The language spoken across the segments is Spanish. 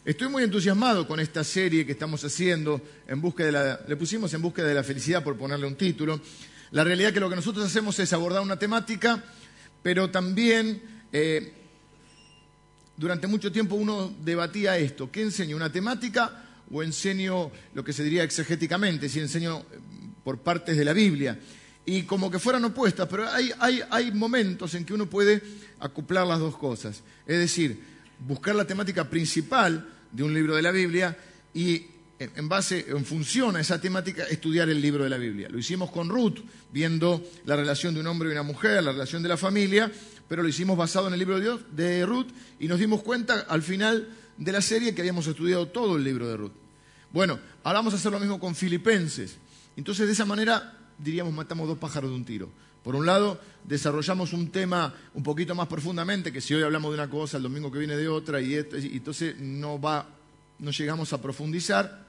Estoy muy entusiasmado con esta serie que estamos haciendo, le pusimos En búsqueda de la felicidad por ponerle un título. La realidad es que lo que nosotros hacemos es abordar una temática, pero también durante mucho tiempo uno debatía esto: ¿qué enseño? ¿Una temática o enseño lo que se diría exegéticamente, si enseño por partes de la Biblia? Y como que fueran opuestas, pero hay momentos en que uno puede acoplar las dos cosas. Es decir, buscar la temática principal de un libro de la Biblia y en función a esa temática, estudiar el libro de la Biblia. Lo hicimos con Ruth, viendo la relación de un hombre y una mujer, la relación de la familia, pero lo hicimos basado en el libro de Dios, de Ruth, y nos dimos cuenta al final de la serie que habíamos estudiado todo el libro de Ruth. Bueno, ahora vamos a hacer lo mismo con Filipenses. Entonces, de esa manera, diríamos, matamos dos pájaros de un tiro. Por un lado, desarrollamos un tema un poquito más profundamente, que si hoy hablamos de una cosa, el domingo que viene de otra, y entonces no llegamos a profundizar.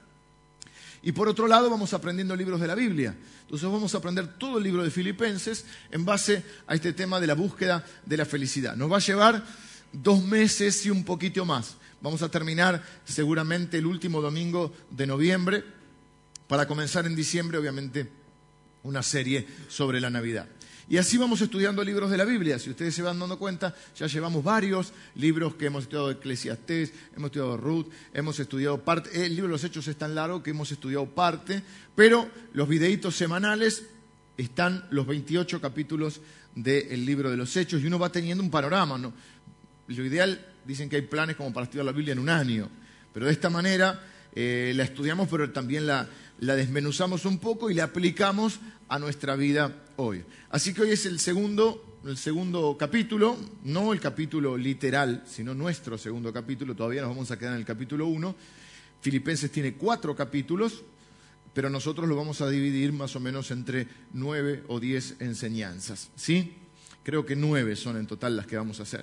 Y por otro lado, vamos aprendiendo libros de la Biblia. Entonces vamos a aprender todo el libro de Filipenses en base a este tema de la búsqueda de la felicidad. Nos va a llevar 2 meses y un poquito más. Vamos a terminar seguramente el último domingo de noviembre, para comenzar en diciembre, obviamente, una serie sobre la Navidad. Y así vamos estudiando libros de la Biblia. Si ustedes se van dando cuenta, ya llevamos varios libros que hemos estudiado: Eclesiastés, hemos estudiado Ruth, hemos estudiado parte. El libro de los Hechos es tan largo que hemos estudiado parte, pero los videitos semanales están los 28 capítulos del libro de los Hechos y uno va teniendo un panorama, ¿no? Lo ideal, dicen que hay planes como para estudiar la Biblia en un año, pero de esta manera la estudiamos, pero también la desmenuzamos un poco y la aplicamos a nuestra vida hoy. Así que hoy es el segundo capítulo, no el capítulo literal, sino nuestro segundo capítulo. Todavía nos vamos a quedar en el capítulo 1. Filipenses tiene 4 capítulos, pero nosotros lo vamos a dividir más o menos entre 9 o 10 enseñanzas, ¿sí? Creo que 9 son en total las que vamos a hacer.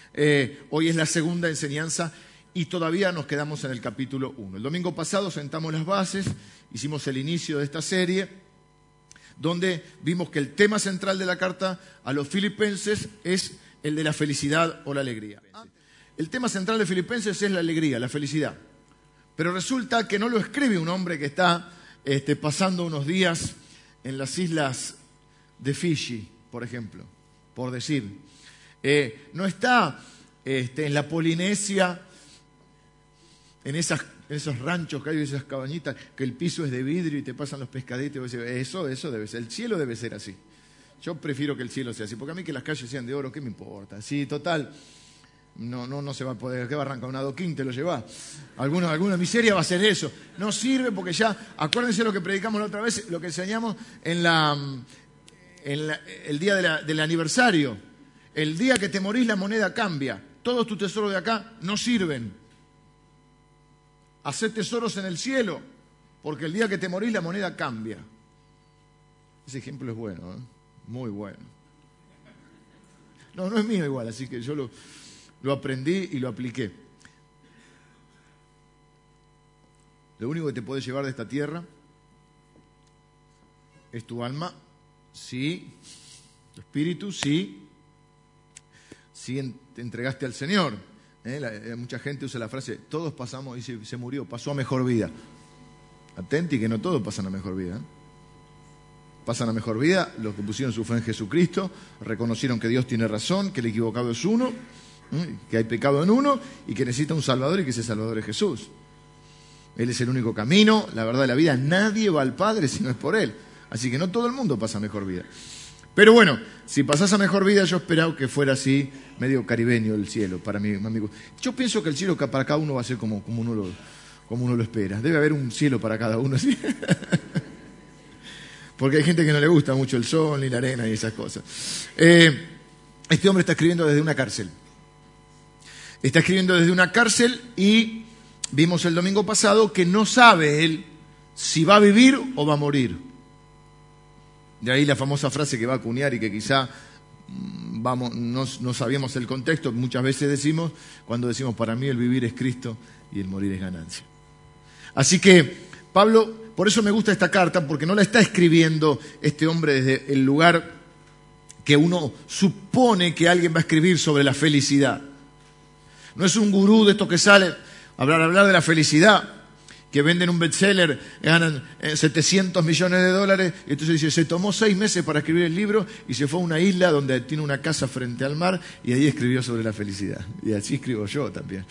Hoy es la segunda enseñanza y todavía nos quedamos en el capítulo 1. El domingo pasado sentamos las bases, hicimos el inicio de esta serie, donde vimos que el tema central de la carta a los filipenses es el de la felicidad o la alegría. El tema central de Filipenses es la alegría, la felicidad. Pero resulta que no lo escribe un hombre que está pasando unos días en las islas de Fiji, por ejemplo, por decir. No está en la Polinesia, en esos ranchos que hay, esas cabañitas, que el piso es de vidrio y te pasan los pescaditos. Eso debe ser. El cielo debe ser así. Yo prefiero que el cielo sea así, porque a mí que las calles sean de oro, ¿qué me importa? Sí, total, no se va a poder. ¿Qué va a arrancar? Un adoquín te lo lleva. Alguna miseria va a ser eso. No sirve porque ya, acuérdense lo que predicamos la otra vez, lo que enseñamos el día del aniversario. El día que te morís la moneda cambia. Todos tus tesoros de acá no sirven. Hacé tesoros en el cielo, porque el día que te morís la moneda cambia. Ese ejemplo es bueno, ¿eh? Muy bueno. No es mío igual, así que yo lo aprendí y lo apliqué. Lo único que te puede llevar de esta tierra es tu alma, sí, tu espíritu, sí, te entregaste al Señor. Mucha gente usa la frase: todos pasamos, y se murió, pasó a mejor vida. Atenti que no todos pasan a mejor vida. Pasan a mejor vida los que pusieron su fe en Jesucristo, reconocieron que Dios tiene razón, que el equivocado es uno, que hay pecado en uno y que necesita un Salvador, y que ese Salvador es Jesús. Él es el único camino, la verdad y la vida. Nadie va al Padre si no es por Él. Así que no todo el mundo pasa a mejor vida. Pero bueno, si pasás a mejor vida, yo esperaba que fuera así, medio caribeño el cielo, para mi amigo. Yo pienso que el cielo para cada uno va a ser como uno lo espera. Debe haber un cielo para cada uno, ¿sí? Porque hay gente que no le gusta mucho el sol, ni la arena, ni esas cosas. Este hombre está escribiendo desde una cárcel. Está escribiendo desde una cárcel y vimos el domingo pasado que no sabe él si va a vivir o va a morir. De ahí la famosa frase que va a acuñar y que quizá no sabíamos el contexto. Muchas veces decimos, cuando decimos: para mí el vivir es Cristo y el morir es ganancia. Así que Pablo, por eso me gusta esta carta, porque no la está escribiendo este hombre desde el lugar que uno supone que alguien va a escribir sobre la felicidad. No es un gurú de estos que sale: Hablar de la felicidad, que venden un bestseller, ganan $700 millones, y entonces dice, se tomó 6 meses para escribir el libro y se fue a una isla donde tiene una casa frente al mar y ahí escribió sobre la felicidad. Y así escribo yo también.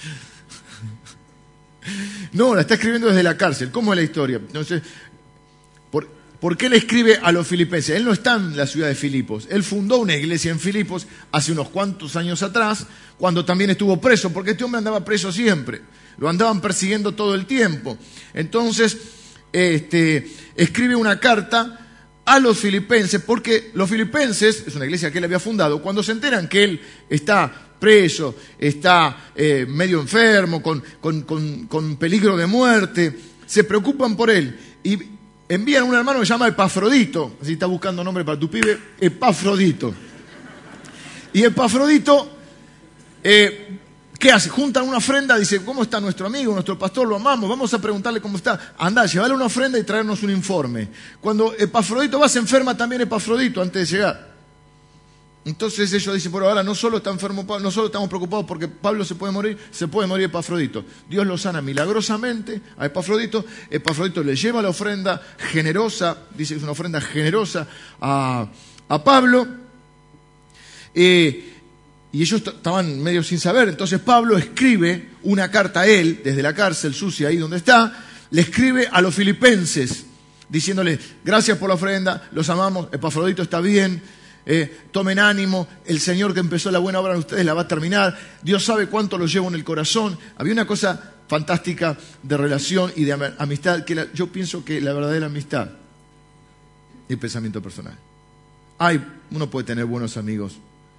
No, la está escribiendo desde la cárcel. ¿Cómo es la historia? Entonces, ¿por qué le escribe a los filipenses? Él no está en la ciudad de Filipos. Él fundó una iglesia en Filipos hace unos cuantos años atrás, cuando también estuvo preso, porque este hombre andaba preso siempre. Lo andaban persiguiendo todo el tiempo. Entonces, escribe una carta a los filipenses, porque los filipenses, es una iglesia que él había fundado, cuando se enteran que él está preso, está medio enfermo, con peligro de muerte, se preocupan por él y envían a un hermano que se llama Epafrodito. Si está buscando nombre para tu pibe, Epafrodito. Y Epafrodito, ¿qué hace? Juntan una ofrenda, dice, ¿cómo está nuestro amigo, nuestro pastor? Lo amamos, vamos a preguntarle cómo está. Andá, llevarle una ofrenda y traernos un informe. Cuando Epafrodito va, se enferma también Epafrodito antes de llegar. Entonces ellos dicen, pero ahora no solo está enfermo Pablo, no solo estamos preocupados porque Pablo se puede morir Epafrodito. Dios lo sana milagrosamente a Epafrodito. Epafrodito le lleva la ofrenda generosa, dice que es una ofrenda generosa a Pablo. Y ellos estaban medio sin saber. Entonces Pablo escribe una carta a él, desde la cárcel sucia ahí donde está, le escribe a los filipenses, diciéndole, gracias por la ofrenda, los amamos, Epafrodito está bien, tomen ánimo, el Señor que empezó la buena obra en ustedes la va a terminar, Dios sabe cuánto los llevo en el corazón. Había una cosa fantástica de relación y de amistad, que yo pienso que la verdadera amistad es el pensamiento personal. Uno puede tener buenos amigos,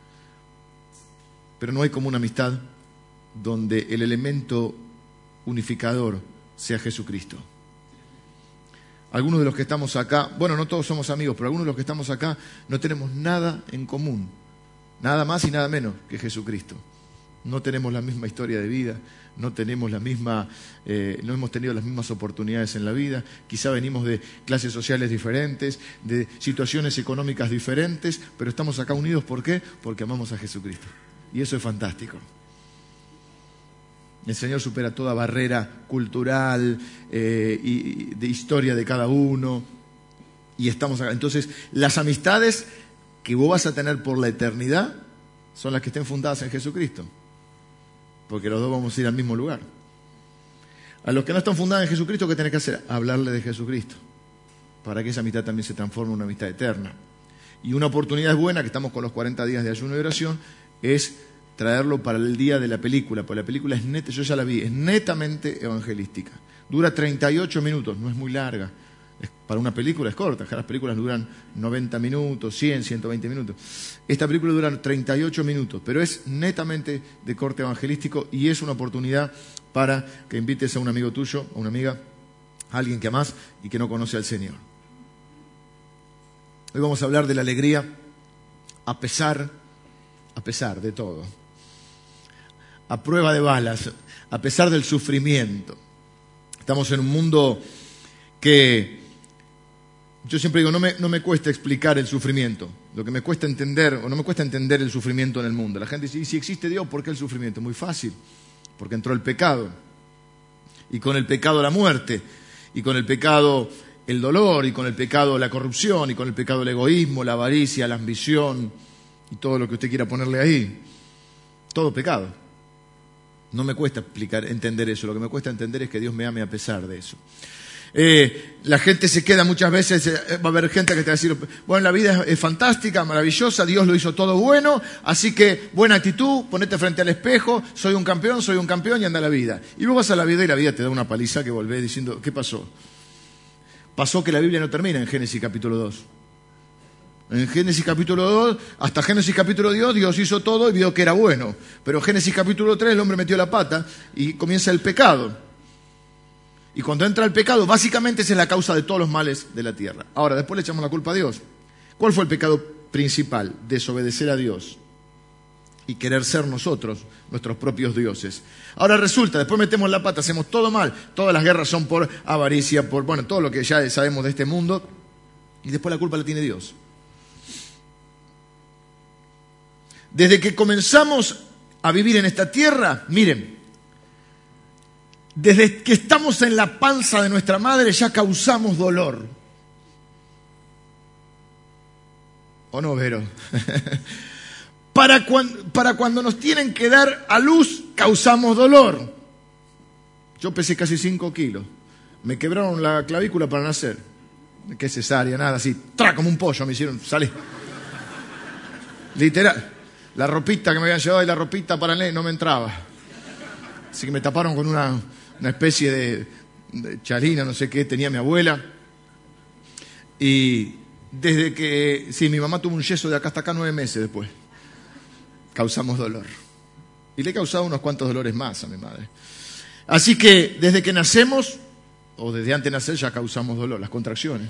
pero no hay como una amistad donde el elemento unificador sea Jesucristo. Algunos de los que estamos acá, bueno, no todos somos amigos, pero algunos de los que estamos acá no tenemos nada en común, nada más y nada menos que Jesucristo. No tenemos la misma historia de vida, no tenemos no hemos tenido las mismas oportunidades en la vida, quizá venimos de clases sociales diferentes, de situaciones económicas diferentes, pero estamos acá unidos, ¿por qué? Porque amamos a Jesucristo. Y eso es fantástico. El Señor supera toda barrera cultural y de historia de cada uno. Y estamos acá. Entonces, las amistades que vos vas a tener por la eternidad son las que estén fundadas en Jesucristo. Porque los dos vamos a ir al mismo lugar. A los que no están fundados en Jesucristo, ¿qué tenés que hacer? Hablarle de Jesucristo. Para que esa amistad también se transforme en una amistad eterna. Y una oportunidad buena, que estamos con los 40 días de ayuno y oración, es traerlo para el día de la película, porque la película es neta, yo ya la vi, es netamente evangelística. Dura 38 minutos, no es muy larga. Para una película es corta, las películas duran 90 minutos, 100, 120 minutos. Esta película dura 38 minutos, pero es netamente de corte evangelístico y es una oportunidad para que invites a un amigo tuyo, a una amiga, a alguien que amás y que no conoce al Señor. Hoy vamos a hablar de la alegría a pesar de todo. A prueba de balas, a pesar del sufrimiento. Estamos en un mundo que yo siempre digo, no me cuesta explicar el sufrimiento. Lo que me cuesta entender, o no me cuesta entender el sufrimiento en el mundo. La gente dice, ¿y si existe Dios, por qué el sufrimiento? Muy fácil, porque entró el pecado. Y con el pecado la muerte, y con el pecado el dolor, y con el pecado la corrupción, y con el pecado el egoísmo, la avaricia, la ambición, y todo lo que usted quiera ponerle ahí. Todo pecado. No me cuesta entender eso. Lo que me cuesta entender es que Dios me ame a pesar de eso. La gente se queda muchas veces, va a haber gente que te va a decir, bueno, la vida es fantástica, maravillosa, Dios lo hizo todo bueno, así que buena actitud, ponete frente al espejo, soy un campeón y anda la vida. Y vos vas a la vida y la vida te da una paliza que volvés diciendo, ¿qué pasó? Pasó que la Biblia no termina en Génesis capítulo 2. En Génesis capítulo 2, hasta Génesis capítulo 2, Dios hizo todo y vio que era bueno. Pero en Génesis capítulo 3 el hombre metió la pata y comienza el pecado. Y cuando entra el pecado, básicamente esa es la causa de todos los males de la tierra. Ahora, después le echamos la culpa a Dios. ¿Cuál fue el pecado principal? Desobedecer a Dios y querer ser nosotros nuestros propios dioses. Ahora resulta, después metemos la pata, hacemos todo mal. Todas las guerras son por avaricia, por todo lo que ya sabemos de este mundo. Y después la culpa la tiene Dios. Desde que comenzamos a vivir en esta tierra, miren, Desde que estamos en la panza de nuestra madre ya causamos dolor. ¿O no, Vero? Para cuando nos tienen que dar a luz, causamos dolor. Yo pesé casi 5 kilos. Me quebraron la clavícula para nacer. ¿Qué cesárea? Nada, así. Como un pollo me hicieron. Salí. Literal. La ropita que me habían llevado y la ropita para el no me entraba. Así que me taparon con una especie de charina, no sé qué, tenía mi abuela. Y desde que... Sí, mi mamá tuvo un yeso de acá hasta acá 9 meses después. Causamos dolor. Y le he causado unos cuantos dolores más a mi madre. Así que desde que nacemos, o desde antes de nacer, ya causamos dolor, las contracciones.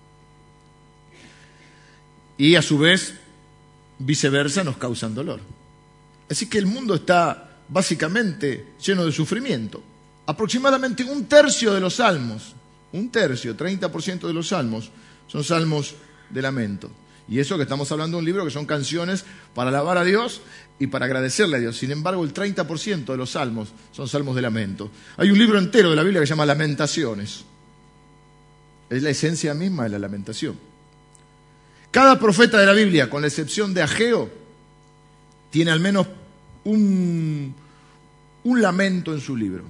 Y a su vez, viceversa, nos causan dolor. Así que el mundo está básicamente lleno de sufrimiento. Aproximadamente 1/3 de los salmos, 30% de los salmos, son salmos de lamento. Y eso que estamos hablando de un libro que son canciones para alabar a Dios y para agradecerle a Dios. Sin embargo, el 30% de los salmos son salmos de lamento. Hay un libro entero de la Biblia que se llama Lamentaciones. Es la esencia misma de la lamentación. Cada profeta de la Biblia, con la excepción de Ageo, tiene al menos un lamento en su libro.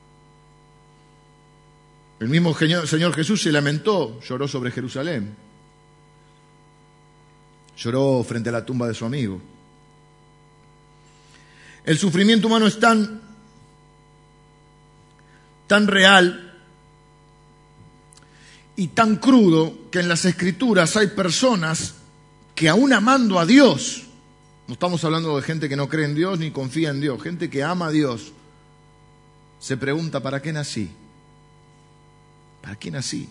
El mismo Señor Jesús se lamentó, lloró sobre Jerusalén. Lloró frente a la tumba de su amigo. El sufrimiento humano es tan real y tan crudo que en las Escrituras hay personas que aún amando a Dios, no estamos hablando de gente que no cree en Dios ni confía en Dios, gente que ama a Dios, se pregunta, ¿para qué nací? ¿Para qué nací?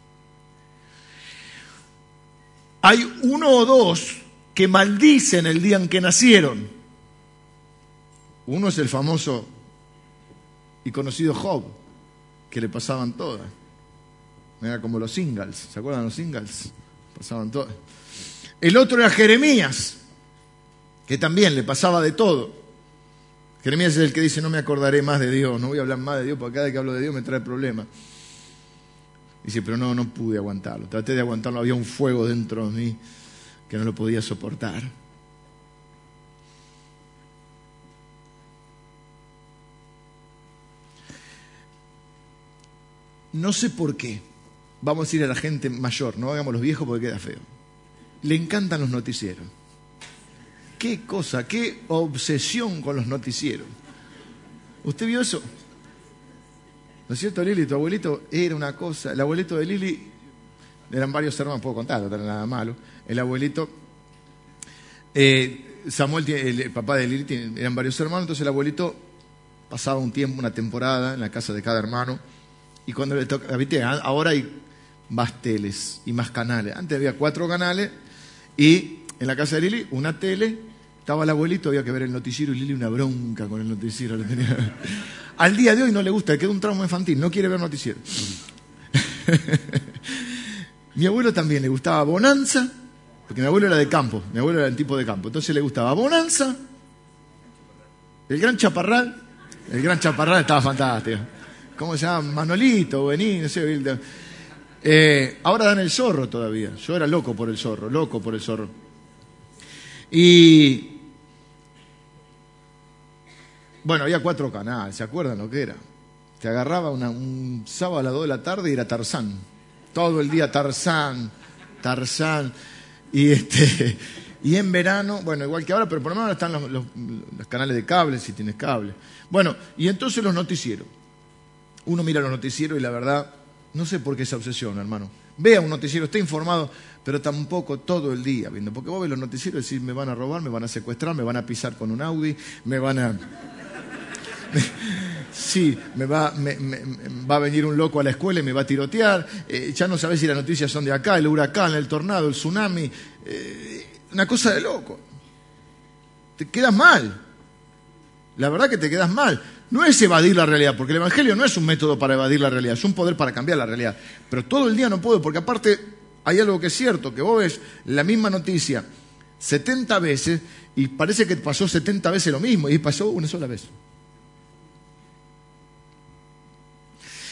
Hay 1 o 2 que maldicen el día en que nacieron. Uno es el famoso y conocido Job, que le pasaban todas. Era como los Ingalls, ¿se acuerdan los Ingalls? Pasaban todas. El otro era Jeremías, que también le pasaba de todo. Jeremías es el que dice, no me acordaré más de Dios, no voy a hablar más de Dios, porque cada vez que hablo de Dios me trae problemas. Dice, pero no pude aguantarlo. Traté de aguantarlo, había un fuego dentro de mí que no lo podía soportar. No sé por qué. Vamos a decir a la gente mayor, no hagamos los viejos porque queda feo. Le encantan los noticieros. Qué cosa, qué obsesión con los noticieros. ¿Usted vio eso? ¿No es cierto, Lili? Tu abuelito era una cosa. El abuelito de Lili, eran varios hermanos, puedo contar, no era nada malo. El abuelito, Samuel, el papá de Lili, eran varios hermanos, entonces el abuelito pasaba un tiempo, una temporada en la casa de cada hermano. Y cuando le toca, ¿viste? Ahora hay más teles y más canales. Antes había 4 canales y en la casa de Lili una tele, estaba el abuelito, había que ver el noticiero y Lili una bronca con el noticiero. Lo tenía. Al día de hoy no le gusta, le queda un trauma infantil, no quiere ver noticiero. Mi abuelo también le gustaba Bonanza, porque mi abuelo era de campo, mi abuelo era el tipo de campo, entonces le gustaba Bonanza, el Gran Chaparral estaba fantástico. ¿Cómo se llama? Manolito, Bení, no sé. Ahora dan el Zorro todavía. Yo era loco por el Zorro. Y bueno, había 4 canales, ¿se acuerdan lo que era? Te agarraba un sábado a las 2 de la tarde y era Tarzán. Todo el día Tarzán. Y en verano, bueno, igual que ahora, pero por lo menos están los canales de cable, si tienes cable. Bueno, y entonces los noticieros. Uno mira los noticieros y la verdad, no sé por qué esa obsesión, hermano. Vea un noticiero, esté informado, pero tampoco todo el día viendo. Porque vos ves los noticieros y decís, me van a robar, me van a secuestrar, me van a pisar con un Audi, me van a... Sí, va a venir un loco a la escuela y me va a tirotear. Ya no sabés si las noticias son de acá, el huracán, el tornado, el tsunami. Una cosa de loco. Te quedas mal. La verdad que te quedas mal. No es evadir la realidad, porque el Evangelio no es un método para evadir la realidad, es un poder para cambiar la realidad. Pero todo el día no puedo, porque aparte hay algo que es cierto, que vos ves la misma noticia 70 veces y parece que pasó 70 veces lo mismo y pasó una sola vez.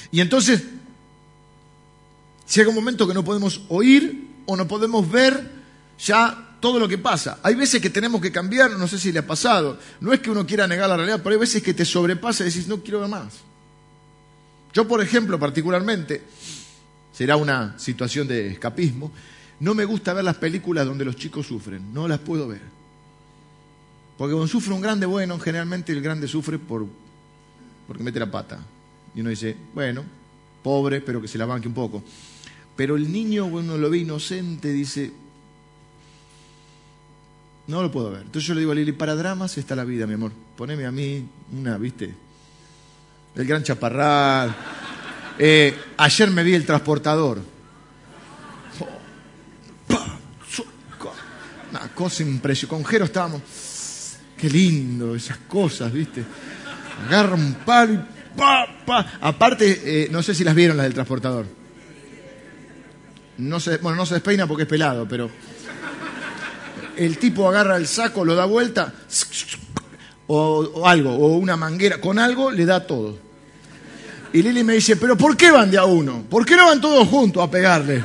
Y entonces, llega un momento que no podemos oír o no podemos ver ya todo lo que pasa. Hay veces que tenemos que cambiar, no sé si le ha pasado. No es que uno quiera negar la realidad, pero hay veces que te sobrepasa y decís, no quiero ver más. Yo, por ejemplo, particularmente, será una situación de escapismo, no me gusta ver las películas donde los chicos sufren, no las puedo ver. Porque cuando sufre un grande, bueno, generalmente el grande sufre porque mete la pata. Y uno dice, bueno, pobre, pero que se la banque un poco. Pero el niño, cuando uno lo ve inocente, dice, no lo puedo ver. Entonces yo le digo a Lili, para dramas está la vida, mi amor. Poneme a mí ¿viste? El Gran Chaparral. Ayer me vi El Transportador. Una cosa impresionante. Con Jero estábamos, qué lindo esas cosas, ¿viste? Agarra un palo y Aparte, no sé si las vieron las del Transportador. No se despeina porque es pelado, pero el tipo agarra el saco, lo da vuelta, o algo, o una manguera, con algo le da todo. Y Lili me dice, ¿pero por qué van de a uno? ¿Por qué no van todos juntos a pegarle?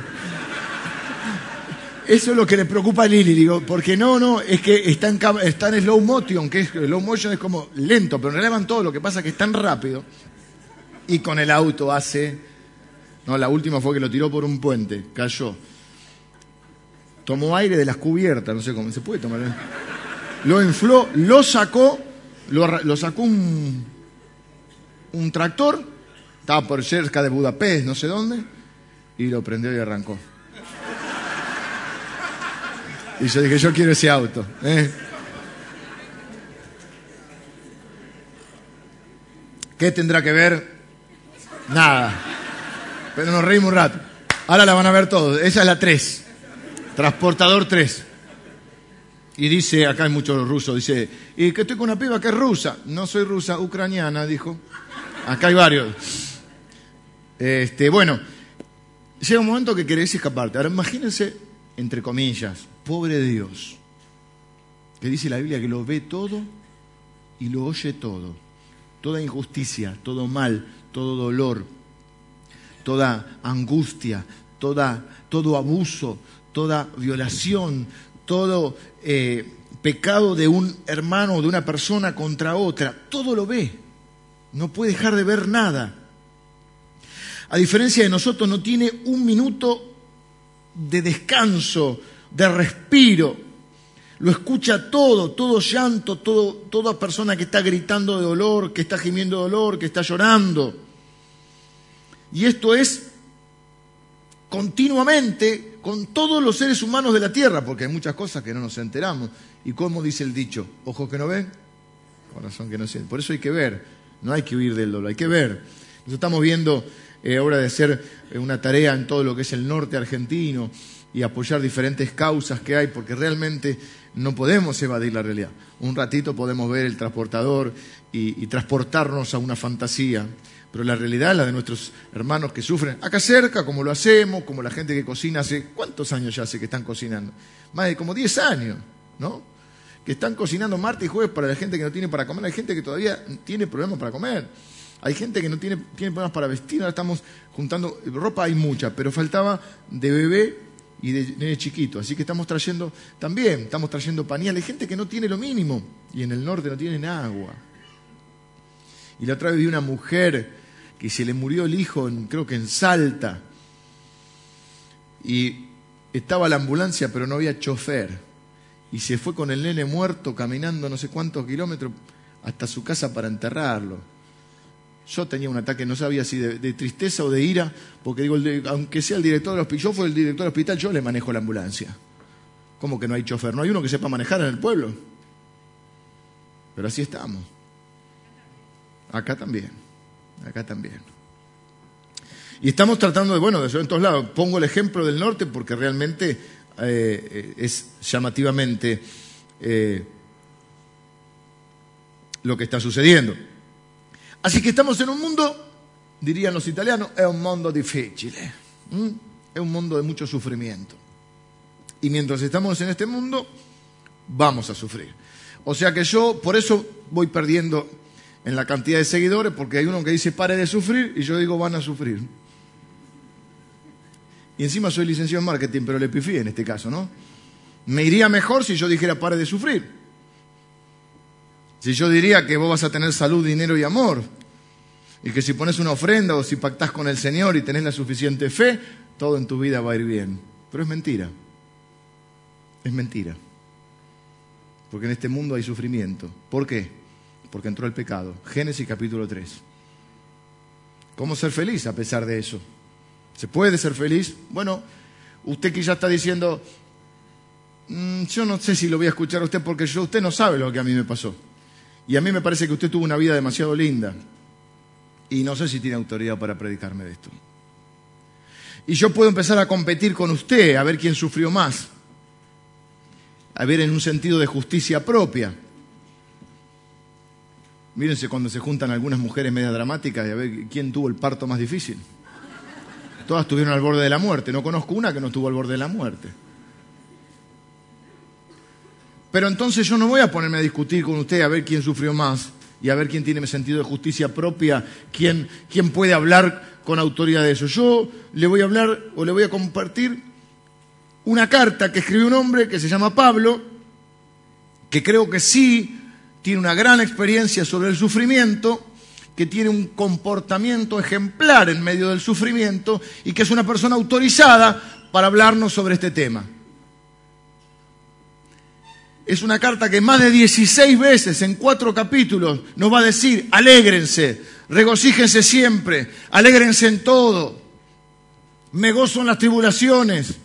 Eso es lo que le preocupa a Lili, digo, porque no, es que está en slow motion, que slow motion es como lento, pero en realidad van todo, lo que pasa es que es tan rápido, y con el auto la última fue que lo tiró por un puente, cayó, tomó aire de las cubiertas, no sé cómo se puede tomar, lo infló, lo sacó un tractor, estaba por cerca de Budapest, no sé dónde, y lo prendió y arrancó. Y yo dije, yo quiero ese auto. ¿Qué tendrá que ver? Nada. Pero nos reímos un rato. Ahora la van a ver todos. Esa es la 3. Transportador 3. Y dice, acá hay muchos rusos, dice, y que estoy con una piba que es rusa. No soy rusa, ucraniana, dijo. Acá hay varios. Bueno, llega un momento que querés escaparte. Ahora imagínense, entre comillas, pobre Dios, que dice la Biblia que lo ve todo y lo oye todo. Toda injusticia, todo mal, todo dolor, toda angustia, todo abuso, toda violación, todo pecado de un hermano o de una persona contra otra, todo lo ve. No puede dejar de ver nada. A diferencia de nosotros, no tiene un minuto de descanso, de respiro. Lo escucha todo llanto, toda persona que está gritando de dolor, que está gimiendo de dolor, que está llorando. Y esto es continuamente con todos los seres humanos de la tierra, porque hay muchas cosas que no nos enteramos. Y como dice el dicho, ojos que no ven, corazón que no siente. Por eso hay que ver, no hay que huir del dolor, hay que ver. Nosotros estamos viendo ahora de hacer una tarea en todo lo que es el norte argentino y apoyar diferentes causas que hay, porque realmente no podemos evadir la realidad. Un ratito podemos ver el transportador y transportarnos a una fantasía, pero la realidad es la de nuestros hermanos que sufren acá cerca, como lo hacemos, como la gente que cocina hace, ¿cuántos años ya hace que están cocinando? Más de como 10 años, ¿no? Que están cocinando martes y jueves para la gente que no tiene para comer. Hay gente que todavía tiene problemas para comer. Hay gente que no tiene problemas para vestir. Ahora estamos juntando ropa, hay mucha, pero faltaba de bebé y de nene chiquito. Así que estamos trayendo pañales. Hay gente que no tiene lo mínimo y en el norte no tienen agua. Y la otra vez vi una mujer que se le murió el hijo, creo que en Salta, y estaba la ambulancia pero no había chofer, y se fue con el nene muerto caminando no sé cuántos kilómetros hasta su casa para enterrarlo. Yo tenía un ataque, no sabía si de tristeza o de ira, porque digo, aunque sea el director del hospital, yo fui el director del hospital, yo le manejo la ambulancia. ¿Cómo que no hay chofer? ¿No hay uno que sepa manejar en el pueblo? Pero así estamos. Acá también. Y estamos tratando de eso en todos lados. Pongo el ejemplo del norte porque realmente es llamativamente lo que está sucediendo. Así que estamos en un mundo, dirían los italianos, es un mundo difficile. Es un mundo de mucho sufrimiento. Y mientras estamos en este mundo, vamos a sufrir. O sea que yo, por eso voy perdiendo en la cantidad de seguidores, porque hay uno que dice pare de sufrir y yo digo van a sufrir. Y encima soy licenciado en marketing, pero le pifié en este caso, ¿no? Me iría mejor si yo dijera pare de sufrir. Si yo diría que vos vas a tener salud, dinero y amor, y que si pones una ofrenda o si pactás con el Señor y tenés la suficiente fe, todo en tu vida va a ir bien. Pero es mentira. Es mentira. Porque en este mundo hay sufrimiento. ¿Por qué? Porque entró el pecado. Génesis capítulo 3. ¿Cómo ser feliz a pesar de eso? ¿Se puede ser feliz? Bueno, usted que ya está diciendo, yo no sé si lo voy a escuchar a usted porque usted no sabe lo que a mí me pasó. Y a mí me parece que usted tuvo una vida demasiado linda. Y no sé si tiene autoridad para predicarme de esto. Y yo puedo empezar a competir con usted, a ver quién sufrió más. A ver en un sentido de justicia propia. Mírense cuando se juntan algunas mujeres media dramáticas y a ver quién tuvo el parto más difícil. Todas estuvieron al borde de la muerte. No conozco una que no estuvo al borde de la muerte. Pero entonces yo no voy a ponerme a discutir con usted a ver quién sufrió más y a ver quién tiene sentido de justicia propia, quién puede hablar con autoridad de eso. Yo le voy a hablar o le voy a compartir una carta que escribió un hombre que se llama Pablo, que creo que sí tiene una gran experiencia sobre el sufrimiento, que tiene un comportamiento ejemplar en medio del sufrimiento y que es una persona autorizada para hablarnos sobre este tema. Es una carta que más de 16 veces en 4 capítulos nos va a decir, alégrense, regocíjense siempre, alégrense en todo, me gozo en las tribulaciones.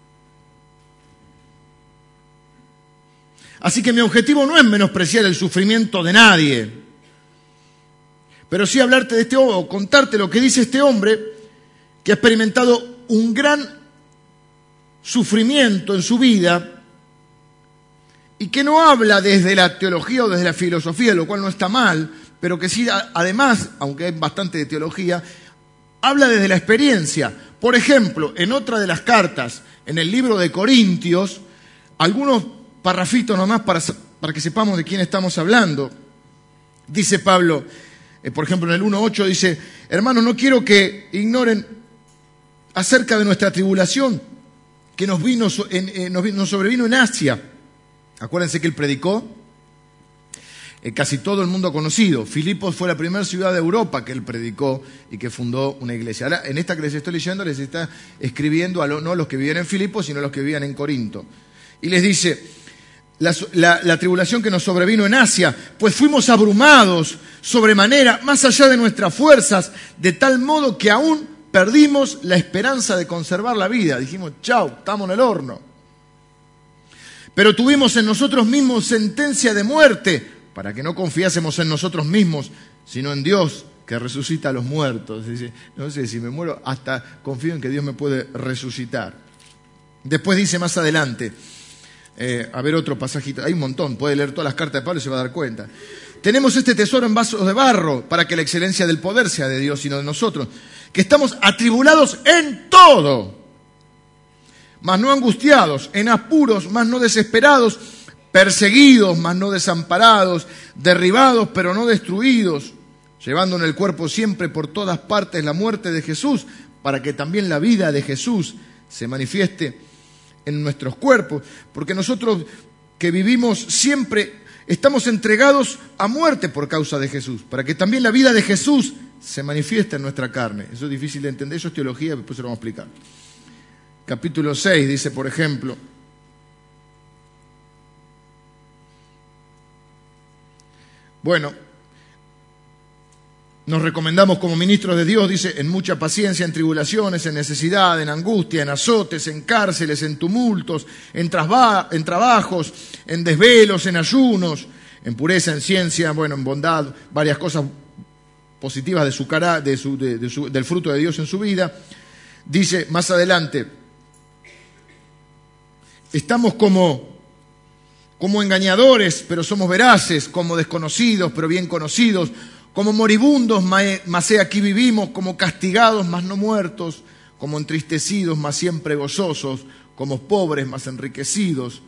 Así que mi objetivo no es menospreciar el sufrimiento de nadie, pero sí hablarte de este hombre, o contarte lo que dice este hombre que ha experimentado un gran sufrimiento en su vida y que no habla desde la teología o desde la filosofía, lo cual no está mal, pero que sí, además, aunque hay bastante de teología, habla desde la experiencia. Por ejemplo, en otra de las cartas, en el libro de Corintios, algunos parrafitos nomás para que sepamos de quién estamos hablando. Dice Pablo, por ejemplo en el 1.8 dice, hermanos, no quiero que ignoren acerca de nuestra tribulación que nos sobrevino en Asia. Acuérdense que él predicó, casi todo el mundo conocido. Filipos fue la primera ciudad de Europa que él predicó y que fundó una iglesia. Ahora, en esta que les estoy leyendo, les está escribiendo no a los que vivían en Filipos, sino a los que vivían en Corinto. Y les dice, la tribulación que nos sobrevino en Asia, pues fuimos abrumados sobremanera, más allá de nuestras fuerzas, de tal modo que aún perdimos la esperanza de conservar la vida. Dijimos, chau, estamos en el horno. Pero tuvimos en nosotros mismos sentencia de muerte, para que no confiásemos en nosotros mismos, sino en Dios, que resucita a los muertos. Dice, no sé, si me muero, hasta confío en que Dios me puede resucitar. Después dice más adelante, a ver otro pasajito, hay un montón, puede leer todas las cartas de Pablo y se va a dar cuenta. Tenemos este tesoro en vasos de barro, para que la excelencia del poder sea de Dios y no de nosotros, que estamos atribulados en todo, mas no angustiados, en apuros, mas no desesperados, perseguidos, mas no desamparados, derribados, pero no destruidos, llevando en el cuerpo siempre por todas partes la muerte de Jesús, para que también la vida de Jesús se manifieste en nuestros cuerpos, porque nosotros que vivimos siempre estamos entregados a muerte por causa de Jesús, para que también la vida de Jesús se manifieste en nuestra carne. Eso es difícil de entender, eso es teología, después se lo vamos a explicar. Capítulo 6 dice, por ejemplo, bueno, nos recomendamos como ministros de Dios, dice, en mucha paciencia, en tribulaciones, en necesidad, en angustia, en azotes, en cárceles, en tumultos, en trabajos, en desvelos, en ayunos, en pureza, en ciencia, bueno, en bondad, varias cosas positivas de su cara, del fruto de Dios en su vida. Dice más adelante, estamos como engañadores, pero somos veraces, como desconocidos, pero bien conocidos, como moribundos, mas he aquí vivimos, como castigados, mas no muertos, como entristecidos, mas siempre gozosos, como pobres, mas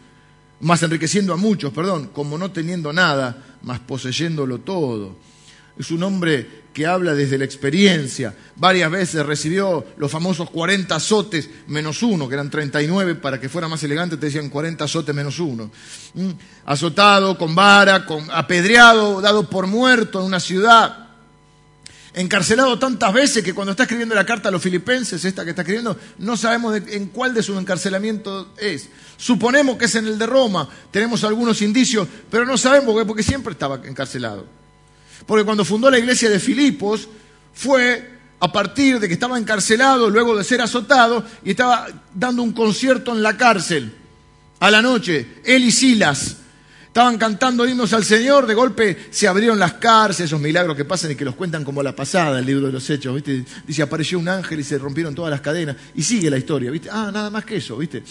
enriqueciendo a muchos, como no teniendo nada, mas poseyéndolo todo. Es un hombre que habla desde la experiencia. Varias veces recibió los famosos 40 azotes menos uno, que eran 39, para que fuera más elegante te decían 40 azotes menos uno. Azotado, con vara, apedreado, dado por muerto en una ciudad. Encarcelado tantas veces que cuando está escribiendo la carta a los filipenses, esta que está escribiendo, no sabemos en cuál de sus encarcelamientos es. Suponemos que es en el de Roma, tenemos algunos indicios, pero no sabemos porque siempre estaba encarcelado. Porque cuando fundó la iglesia de Filipos, fue a partir de que estaba encarcelado, luego de ser azotado, y estaba dando un concierto en la cárcel, a la noche, él y Silas. Estaban cantando himnos al Señor, de golpe se abrieron las cárceles, esos milagros que pasan y que los cuentan como la pasada, el libro de los Hechos, ¿viste? Dice, apareció un ángel y se rompieron todas las cadenas, y sigue la historia, ¿viste? Nada más que eso, ¿viste?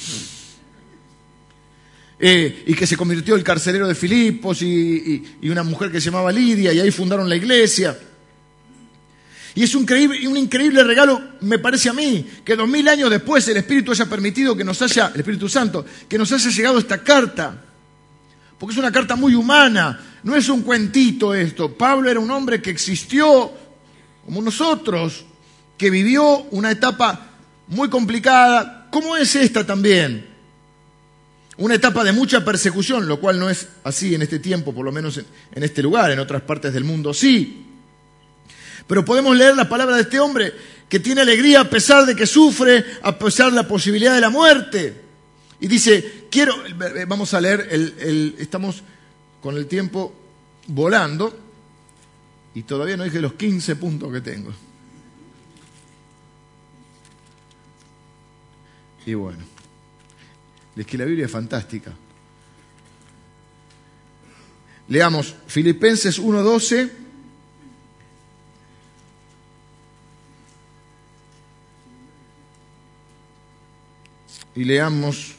Y que se convirtió el carcelero de Filipos y una mujer que se llamaba Lidia, y ahí fundaron la iglesia. Y es un increíble regalo, me parece a mí, que 2000 años después el Espíritu haya permitido que el Espíritu Santo, que nos haya llegado esta carta. Porque es una carta muy humana, no es un cuentito esto. Pablo era un hombre que existió, como nosotros, que vivió una etapa muy complicada, como es esta también. Una etapa de mucha persecución, lo cual no es así en este tiempo, por lo menos en este lugar, en otras partes del mundo sí. Pero podemos leer la palabra de este hombre que tiene alegría a pesar de que sufre, a pesar de la posibilidad de la muerte. Y dice, vamos a leer, estamos con el tiempo volando y todavía no dije los 15 puntos que tengo. Y bueno, es que la Biblia es fantástica. Leamos Filipenses 1:12. Y leemos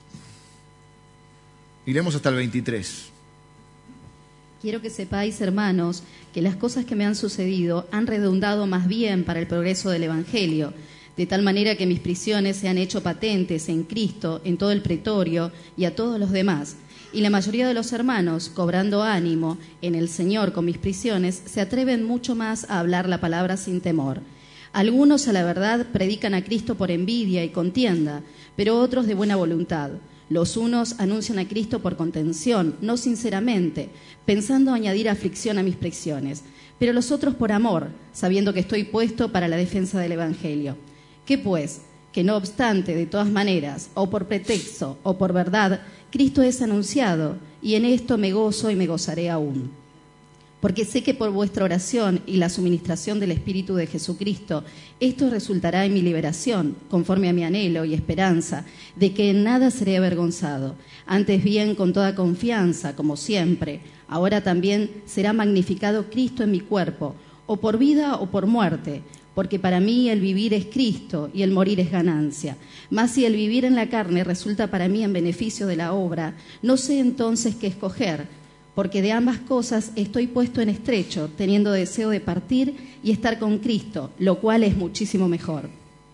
hasta el 23. Quiero que sepáis, hermanos, que las cosas que me han sucedido han redundado más bien para el progreso del Evangelio, de tal manera que mis prisiones se han hecho patentes en Cristo, en todo el pretorio y a todos los demás. Y la mayoría de los hermanos, cobrando ánimo en el Señor con mis prisiones, se atreven mucho más a hablar la palabra sin temor. Algunos, a la verdad, predican a Cristo por envidia y contienda, pero otros de buena voluntad. Los unos anuncian a Cristo por contención, no sinceramente, pensando añadir aflicción a mis prisiones, pero los otros por amor, sabiendo que estoy puesto para la defensa del Evangelio. ¿Qué pues? Que no obstante, de todas maneras, o por pretexto o por verdad, Cristo es anunciado, y en esto me gozo y me gozaré aún. Porque sé que por vuestra oración y la suministración del Espíritu de Jesucristo, esto resultará en mi liberación, conforme a mi anhelo y esperanza, de que en nada seré avergonzado. Antes bien, con toda confianza, como siempre, ahora también será magnificado Cristo en mi cuerpo, o por vida o por muerte, porque para mí el vivir es Cristo y el morir es ganancia. Mas si el vivir en la carne resulta para mí en beneficio de la obra, no sé entonces qué escoger, porque de ambas cosas estoy puesto en estrecho, teniendo deseo de partir y estar con Cristo, lo cual es muchísimo mejor.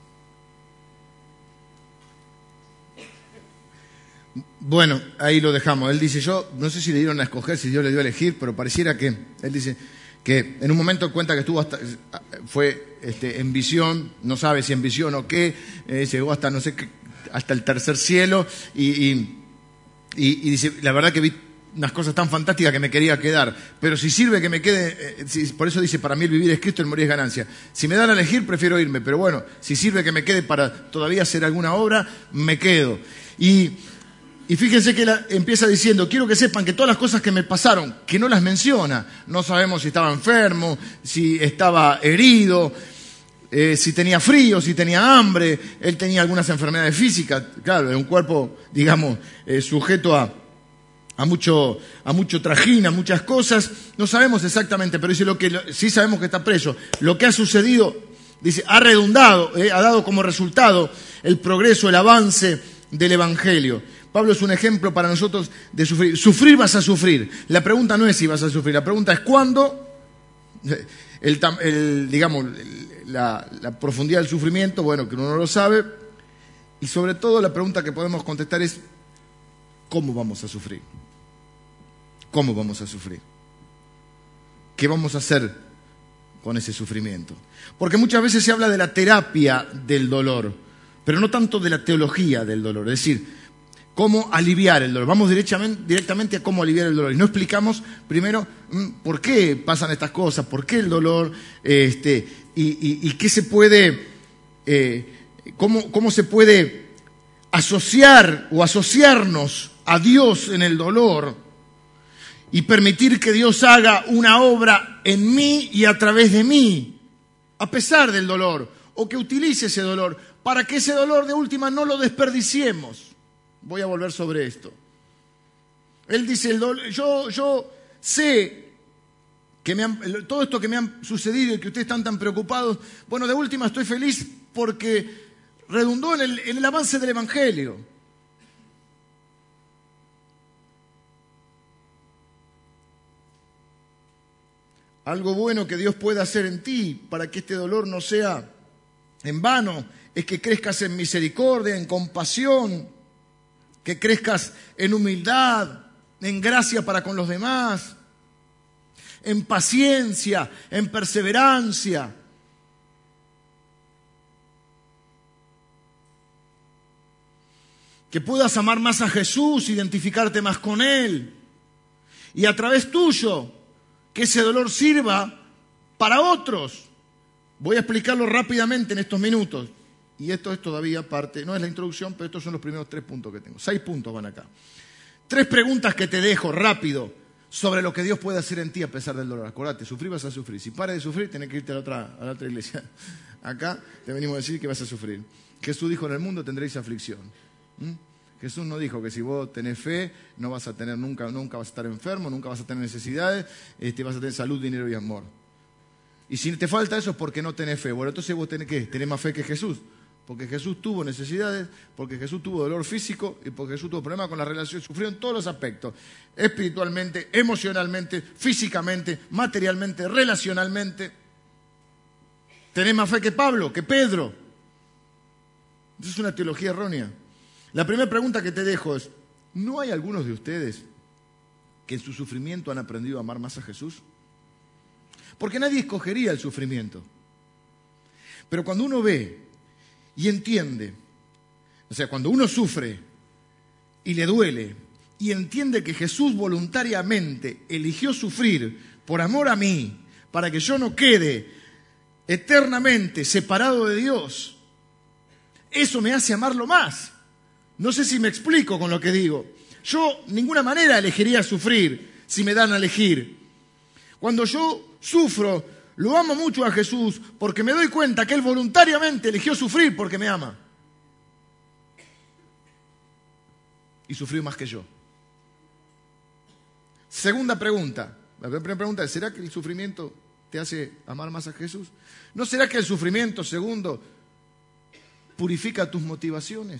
Bueno, ahí lo dejamos. Él dice, yo no sé si le dieron a escoger, si Dios le dio a elegir, pero pareciera que, él dice que en un momento cuenta que estuvo fue en visión, no sabe si en visión o qué, llegó hasta no sé qué, hasta el tercer cielo y dice, la verdad que vi unas cosas tan fantásticas que me quería quedar, pero si sirve que me quede, por eso dice, para mí el vivir es Cristo, el morir es ganancia. Si me dan a elegir, prefiero irme, pero bueno, si sirve que me quede para todavía hacer alguna obra, me quedo. Y fíjense que empieza diciendo, quiero que sepan que todas las cosas que me pasaron, que no las menciona, no sabemos si estaba enfermo, si estaba herido, si tenía frío, si tenía hambre, él tenía algunas enfermedades físicas, claro, era un cuerpo, digamos, sujeto a mucho trajín, a muchas cosas, no sabemos exactamente, pero dice sí sabemos que está preso. Lo que ha sucedido, dice, ha redundado, ha dado como resultado el progreso, el avance del Evangelio. Pablo es un ejemplo para nosotros de sufrir. Sufrir vas a sufrir. La pregunta no es si vas a sufrir, la pregunta es cuándo. La profundidad del sufrimiento, bueno, que uno no lo sabe. Y sobre todo la pregunta que podemos contestar es, ¿cómo vamos a sufrir? ¿Cómo vamos a sufrir? ¿qué vamos a hacer con ese sufrimiento? Porque muchas veces se habla de la terapia del dolor, pero no tanto de la teología del dolor. Es decir, cómo aliviar el dolor. Vamos directamente a cómo aliviar el dolor. Y no explicamos primero por qué pasan estas cosas, por qué el dolor, y qué se puede, cómo se puede asociar o asociarnos a Dios en el dolor y permitir que Dios haga una obra en mí y a través de mí, a pesar del dolor, o que utilice ese dolor, para que ese dolor de última no lo desperdiciemos. Voy a volver sobre esto. Él dice, yo sé que todo esto que me han sucedido y que ustedes están tan preocupados, bueno, de última estoy feliz porque redundó en el avance del Evangelio. Algo bueno que Dios pueda hacer en ti para que este dolor no sea en vano es que crezcas en misericordia, en compasión, que crezcas en humildad, en gracia para con los demás, en paciencia, en perseverancia. Que puedas amar más a Jesús, identificarte más con Él. Y a través tuyo, que ese dolor sirva para otros. Voy a explicarlo rápidamente en estos minutos. Y esto es todavía parte, no es la introducción, pero estos son los primeros 3 puntos que tengo. 6 puntos van acá. 3 preguntas que te dejo rápido sobre lo que Dios puede hacer en ti a pesar del dolor. Acordate, sufrir vas a sufrir. Si pares de sufrir, tenés que irte a la otra iglesia. Acá te venimos a decir que vas a sufrir. Jesús dijo, en el mundo tendréis aflicción. Jesús no dijo que si vos tenés fe, no vas a tener nunca vas a estar enfermo, nunca vas a tener necesidades, vas a tener salud, dinero y amor. Y si te falta eso es porque no tenés fe. Bueno, entonces vos tenés que tener más fe que Jesús. Porque Jesús tuvo necesidades, porque Jesús tuvo dolor físico y porque Jesús tuvo problemas con la relación. Sufrió en todos los aspectos. Espiritualmente, emocionalmente, físicamente, materialmente, relacionalmente. Tenés más fe que Pablo, que Pedro. Esa es una teología errónea. La primera pregunta que te dejo es, ¿no hay algunos de ustedes que en su sufrimiento han aprendido a amar más a Jesús? Porque nadie escogería el sufrimiento. Pero cuando uno ve y entiende, o sea, cuando uno sufre y le duele y entiende que Jesús voluntariamente eligió sufrir por amor a mí, para que yo no quede eternamente separado de Dios, eso me hace amarlo más. No sé si me explico con lo que digo. Yo de ninguna manera elegiría sufrir si me dan a elegir. Cuando yo sufro, lo amo mucho a Jesús porque me doy cuenta que Él voluntariamente eligió sufrir porque me ama. Y sufrió más que yo. Segunda pregunta. La primera pregunta es, ¿será que el sufrimiento te hace amar más a Jesús? ¿No será que el sufrimiento, segundo, purifica tus motivaciones?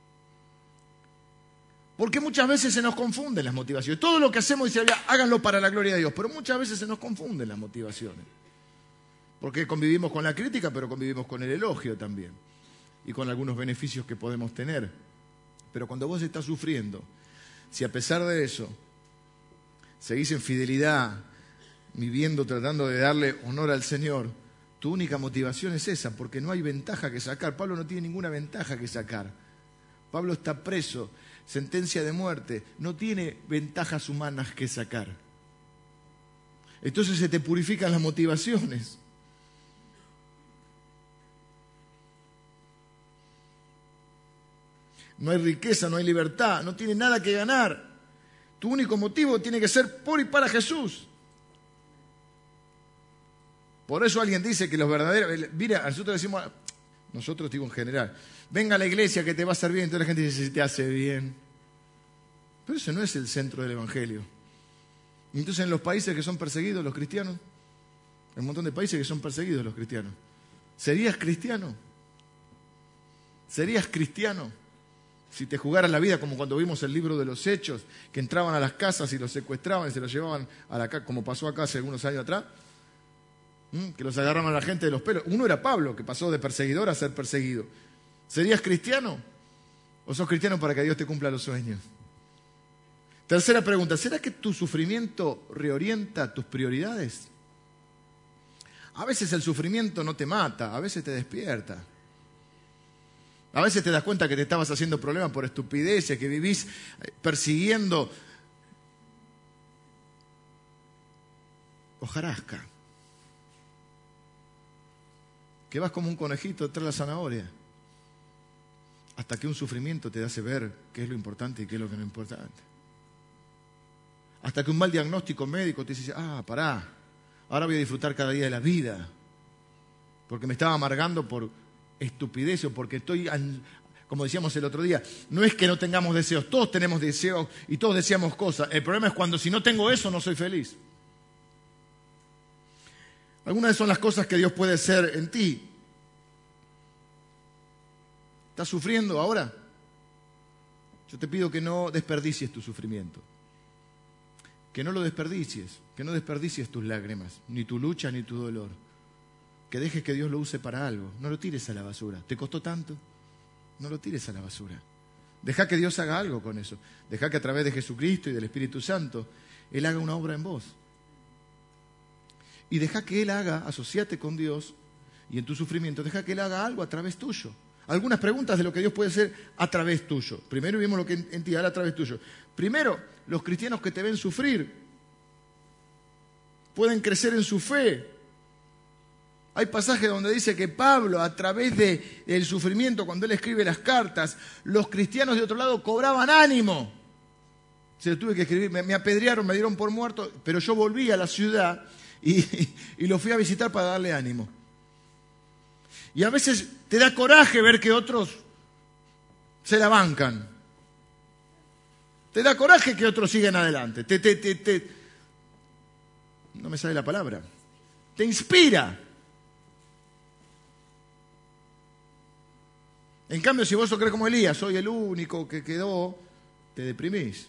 Porque muchas veces se nos confunden las motivaciones. Todo lo que hacemos dice, háganlo para la gloria de Dios, pero muchas veces se nos confunden las motivaciones. Porque convivimos con la crítica, pero convivimos con el elogio también. Y con algunos beneficios que podemos tener. Pero cuando vos estás sufriendo, si a pesar de eso seguís en fidelidad, viviendo, tratando de darle honor al Señor, tu única motivación es esa, porque no hay ventaja que sacar. Pablo no tiene ninguna ventaja que sacar. Pablo está preso, sentencia de muerte, no tiene ventajas humanas que sacar. Entonces se te purifican las motivaciones. No hay riqueza, no hay libertad, no tiene nada que ganar. Tu único motivo tiene que ser por y para Jesús. Por eso alguien dice que los verdaderos... Mira, nosotros digo en general, venga a la iglesia que te va a hacer bien, entonces la gente dice, si te hace bien. Pero ese no es el centro del Evangelio. Y entonces en los países que son perseguidos los cristianos, hay un montón de países que son perseguidos los cristianos. ¿Serías cristiano? ¿Serías cristiano? Si te jugaras la vida como cuando vimos el libro de los Hechos, que entraban a las casas y los secuestraban y se los llevaban a la casa, como pasó acá hace algunos años atrás, que los agarraban a la gente de los pelos. Uno era Pablo, que pasó de perseguidor a ser perseguido. ¿Serías cristiano? ¿O sos cristiano para que Dios te cumpla los sueños? Tercera pregunta, ¿será que tu sufrimiento reorienta tus prioridades? A veces el sufrimiento no te mata, a veces te despierta. A veces te das cuenta que te estabas haciendo problemas por estupideces, que vivís persiguiendo hojarasca. Que vas como un conejito detrás de la zanahoria. Hasta que un sufrimiento te hace ver qué es lo importante y qué es lo que no es importante. Hasta que un mal diagnóstico médico te dice, pará, ahora voy a disfrutar cada día de la vida. Porque me estaba amargando por estupidez o porque estoy, como decíamos el otro día, no es que no tengamos deseos, todos tenemos deseos y todos deseamos cosas. El problema es cuando si no tengo eso no soy feliz. Algunas son las cosas que Dios puede hacer en ti. ¿Estás sufriendo ahora? Yo te pido que no desperdicies tu sufrimiento. Que no lo desperdicies, que no desperdicies tus lágrimas, ni tu lucha, ni tu dolor. Que dejes que Dios lo use para algo. No lo tires a la basura. ¿Te costó tanto? No lo tires a la basura. Deja que Dios haga algo con eso. Deja que a través de Jesucristo y del Espíritu Santo, Él haga una obra en vos. Y deja que Él haga, asociate con Dios, y en tu sufrimiento, deja que Él haga algo a través tuyo. Algunas preguntas de lo que Dios puede hacer a través tuyo. Primero vimos lo que en ti, ahora a través tuyo. Primero, los cristianos que te ven sufrir pueden crecer en su fe. Hay pasajes donde dice que Pablo, a través del sufrimiento, cuando él escribe las cartas, los cristianos de otro lado cobraban ánimo. Se lo tuve que escribir, me apedrearon, me dieron por muerto, pero yo volví a la ciudad y lo fui a visitar para darle ánimo. Y a veces te da coraje ver que otros se la bancan. Te da coraje que otros sigan adelante. No me sale la palabra. Te inspira. En cambio, si vos sos crees como Elías, soy el único que quedó, te deprimís.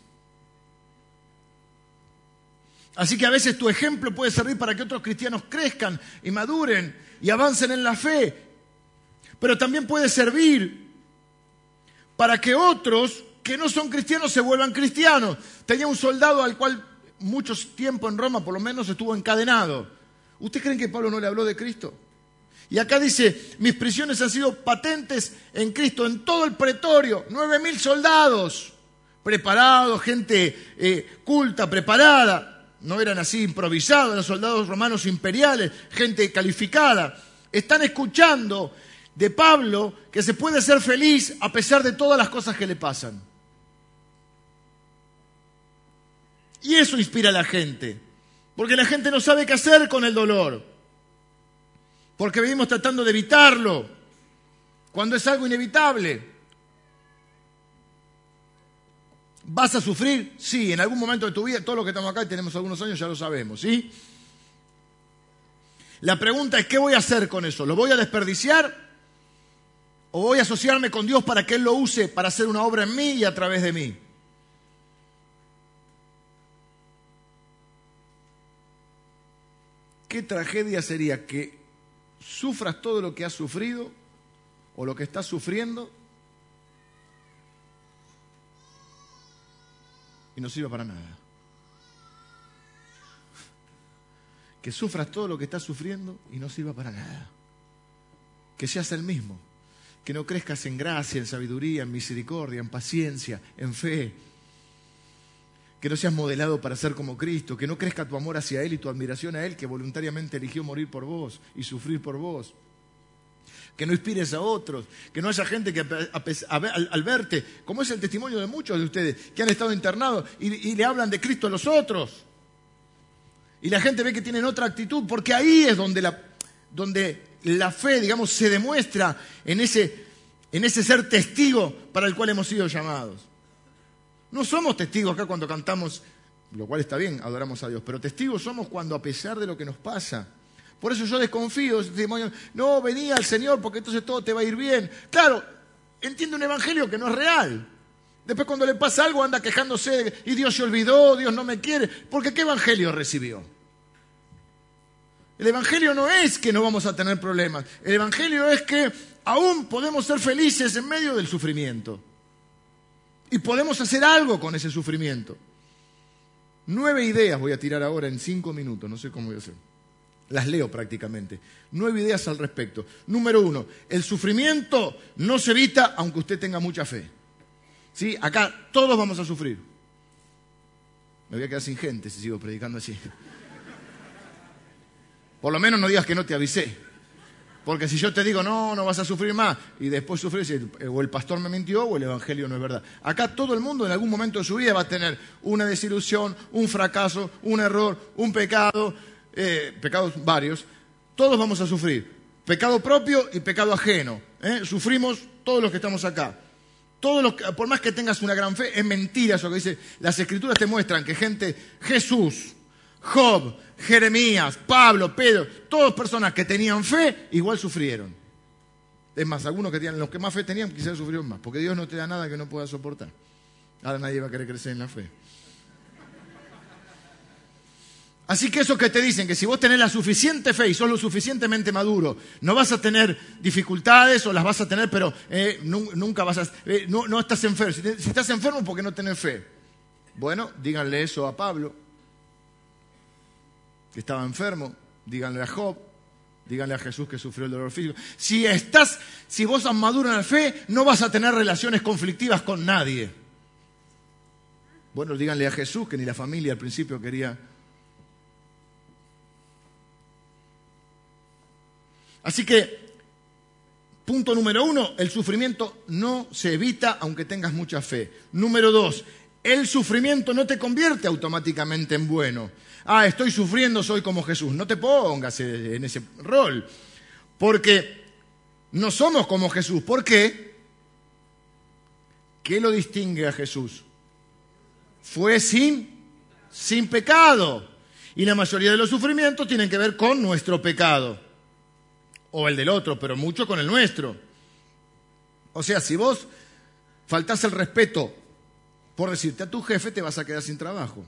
Así que a veces tu ejemplo puede servir para que otros cristianos crezcan y maduren y avancen en la fe. Pero también puede servir para que otros que no son cristianos se vuelvan cristianos. Tenía un soldado al cual mucho tiempo en Roma, por lo menos, estuvo encadenado. ¿Ustedes creen que Pablo no le habló de Cristo? Y acá dice, mis prisiones han sido patentes en Cristo, en todo el pretorio, 9.000 soldados preparados, gente culta, preparada. No eran así improvisados, eran soldados romanos imperiales, gente calificada. Están escuchando de Pablo que se puede ser feliz a pesar de todas las cosas que le pasan. Y eso inspira a la gente, porque la gente no sabe qué hacer con el dolor, porque venimos tratando de evitarlo, cuando es algo inevitable. ¿Vas a sufrir? Sí, en algún momento de tu vida, todos los que estamos acá y tenemos algunos años ya lo sabemos, ¿sí? La pregunta es, ¿qué voy a hacer con eso? ¿Lo voy a desperdiciar? ¿O voy a asociarme con Dios para que Él lo use para hacer una obra en mí y a través de mí? ¿Qué tragedia sería que sufras todo lo que has sufrido o lo que estás sufriendo y no sirva para nada? Que sufras todo lo que estás sufriendo y no sirva para nada. Que seas el mismo. Que no crezcas en gracia, en sabiduría, en misericordia, en paciencia, en fe. Que no seas modelado para ser como Cristo. Que no crezca tu amor hacia Él y tu admiración a Él, que voluntariamente eligió morir por vos y sufrir por vos. Que no inspires a otros. Que no haya gente que al verte, como es el testimonio de muchos de ustedes, que han estado internados y le hablan de Cristo a los otros. Y la gente ve que tienen otra actitud, porque ahí es donde la fe, digamos, se demuestra en ese ser testigo para el cual hemos sido llamados. No somos testigos acá cuando cantamos, lo cual está bien, adoramos a Dios, pero testigos somos cuando a pesar de lo que nos pasa. Por eso yo desconfío de ese testimonio. No, vení al Señor porque entonces todo te va a ir bien. Claro, entiende un evangelio que no es real. Después cuando le pasa algo anda quejándose y Dios se olvidó, Dios no me quiere. Porque ¿qué evangelio recibió? El evangelio no es que no vamos a tener problemas. El evangelio es que aún podemos ser felices en medio del sufrimiento. Y podemos hacer algo con ese sufrimiento. 9 ideas voy a tirar ahora en 5 minutos. No sé cómo voy a hacer. Las leo prácticamente. 9 ideas al respecto. Número 1, el sufrimiento no se evita aunque usted tenga mucha fe. ¿Sí? Acá todos vamos a sufrir. Me voy a quedar sin gente si sigo predicando así. Por lo menos no digas que no te avisé. Porque si yo te digo, no vas a sufrir más, y después sufres, o el pastor me mintió o el evangelio no es verdad. Acá todo el mundo en algún momento de su vida va a tener una desilusión, un fracaso, un error, un pecado, pecados varios. Todos vamos a sufrir. Pecado propio y pecado ajeno. Sufrimos todos los que estamos acá. Por más que tengas una gran fe, es mentira eso que dice. Las Escrituras te muestran que Jesús, Job, Jeremías, Pablo, Pedro, todas personas que tenían fe, igual sufrieron. Es más, algunos los que más fe tenían quizás sufrieron más, porque Dios no te da nada que no puedas soportar. Ahora nadie va a querer crecer en la fe. Así que esos que te dicen que si vos tenés la suficiente fe y sos lo suficientemente maduro, no vas a tener dificultades o las vas a tener, pero nunca vas a... no estás enfermo. Si estás enfermo, ¿por qué no tenés fe? Bueno, díganle eso a Pablo, que estaba enfermo. Díganle a Job. Díganle a Jesús que sufrió el dolor físico. Si vos sos maduro en la fe, no vas a tener relaciones conflictivas con nadie. Bueno, díganle a Jesús que ni la familia al principio quería... Así que, punto número 1, el sufrimiento no se evita aunque tengas mucha fe. Número 2, el sufrimiento no te convierte automáticamente en bueno. Estoy sufriendo, soy como Jesús. No te pongas en ese rol, porque no somos como Jesús. ¿Por qué? ¿Qué lo distingue a Jesús? Fue sin pecado. Y la mayoría de los sufrimientos tienen que ver con nuestro pecado. O el del otro, pero mucho con el nuestro. O sea, si vos faltás el respeto por decirte a tu jefe, te vas a quedar sin trabajo.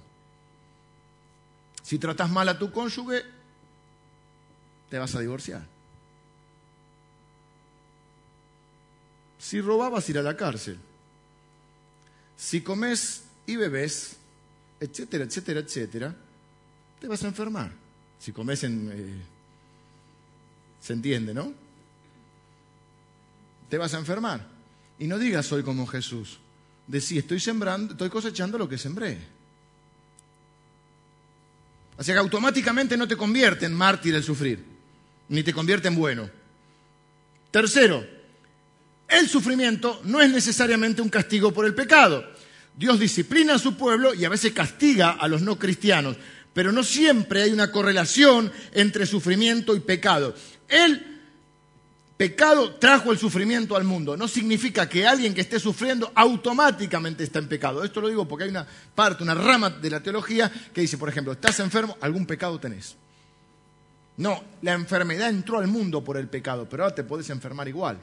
Si tratás mal a tu cónyuge, te vas a divorciar. Si robás, vas a ir a la cárcel. Si comés y bebés, etcétera, etcétera, etcétera, te vas a enfermar. Si comés ¿se entiende, no? Te vas a enfermar. Y no digas soy como Jesús. Decí, estoy cosechando lo que sembré. Así que automáticamente no te convierte en mártir el sufrir, ni te convierte en bueno. Tercero, el sufrimiento no es necesariamente un castigo por el pecado. Dios disciplina a su pueblo y a veces castiga a los no cristianos, pero no siempre hay una correlación entre sufrimiento y pecado. El pecado trajo el sufrimiento al mundo. No significa que alguien que esté sufriendo automáticamente está en pecado. Esto lo digo porque hay una rama de la teología que dice, por ejemplo, estás enfermo, algún pecado tenés. No, la enfermedad entró al mundo por el pecado, pero ahora te podés enfermar igual.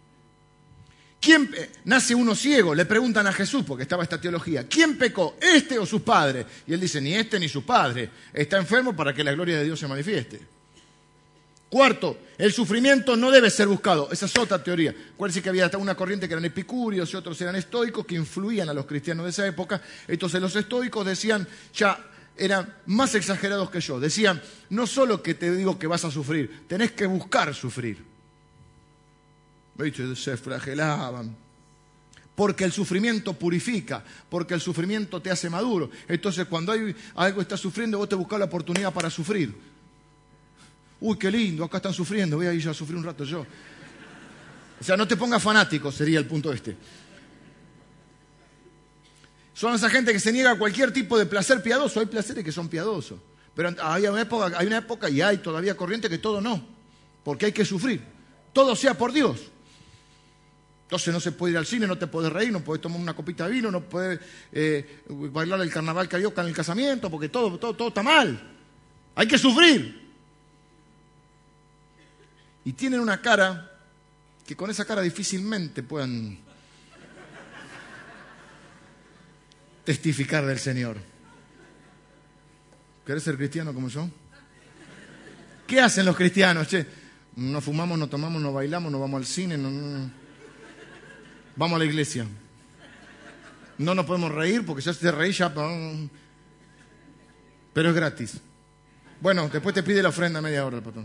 Nace uno ciego? Le preguntan a Jesús, porque estaba esta teología, ¿quién pecó, este o sus padres? Y él dice, ni este ni su padre. Está enfermo para que la gloria de Dios se manifieste. Cuarto, el sufrimiento no debe ser buscado. Esa es otra teoría. Acuérdense que había hasta una corriente que eran epicúreos y otros eran estoicos que influían a los cristianos de esa época. Entonces los estoicos decían, eran más exagerados que yo. Decían, no solo que te digo que vas a sufrir, tenés que buscar sufrir. ¿Viste? Se flagelaban. Porque el sufrimiento purifica, porque el sufrimiento te hace maduro. Entonces cuando algo está sufriendo, vos te buscás la oportunidad para sufrir. Uy, qué lindo, acá están sufriendo, voy a ir a sufrir un rato yo. O sea, no te pongas fanático, sería el punto este. Son esa gente que se niega a cualquier tipo de placer piadoso. Hay placeres que son piadosos. Pero hay una época y hay todavía corriente que todo no. Porque hay que sufrir. Todo sea por Dios. Entonces no se puede ir al cine, no te puedes reír, no puedes tomar una copita de vino, no puedes bailar el carnaval carioca en el casamiento, porque todo está mal. Hay que sufrir. Y tienen una cara que con esa cara difícilmente puedan testificar del Señor. ¿Querés ser cristiano como yo? ¿Qué hacen los cristianos? No fumamos, no tomamos, no bailamos, no vamos al cine, no. Vamos a la iglesia. No nos podemos reír porque ya si te reís ya... Pero es gratis. Bueno, después te pide la ofrenda media hora el patrón.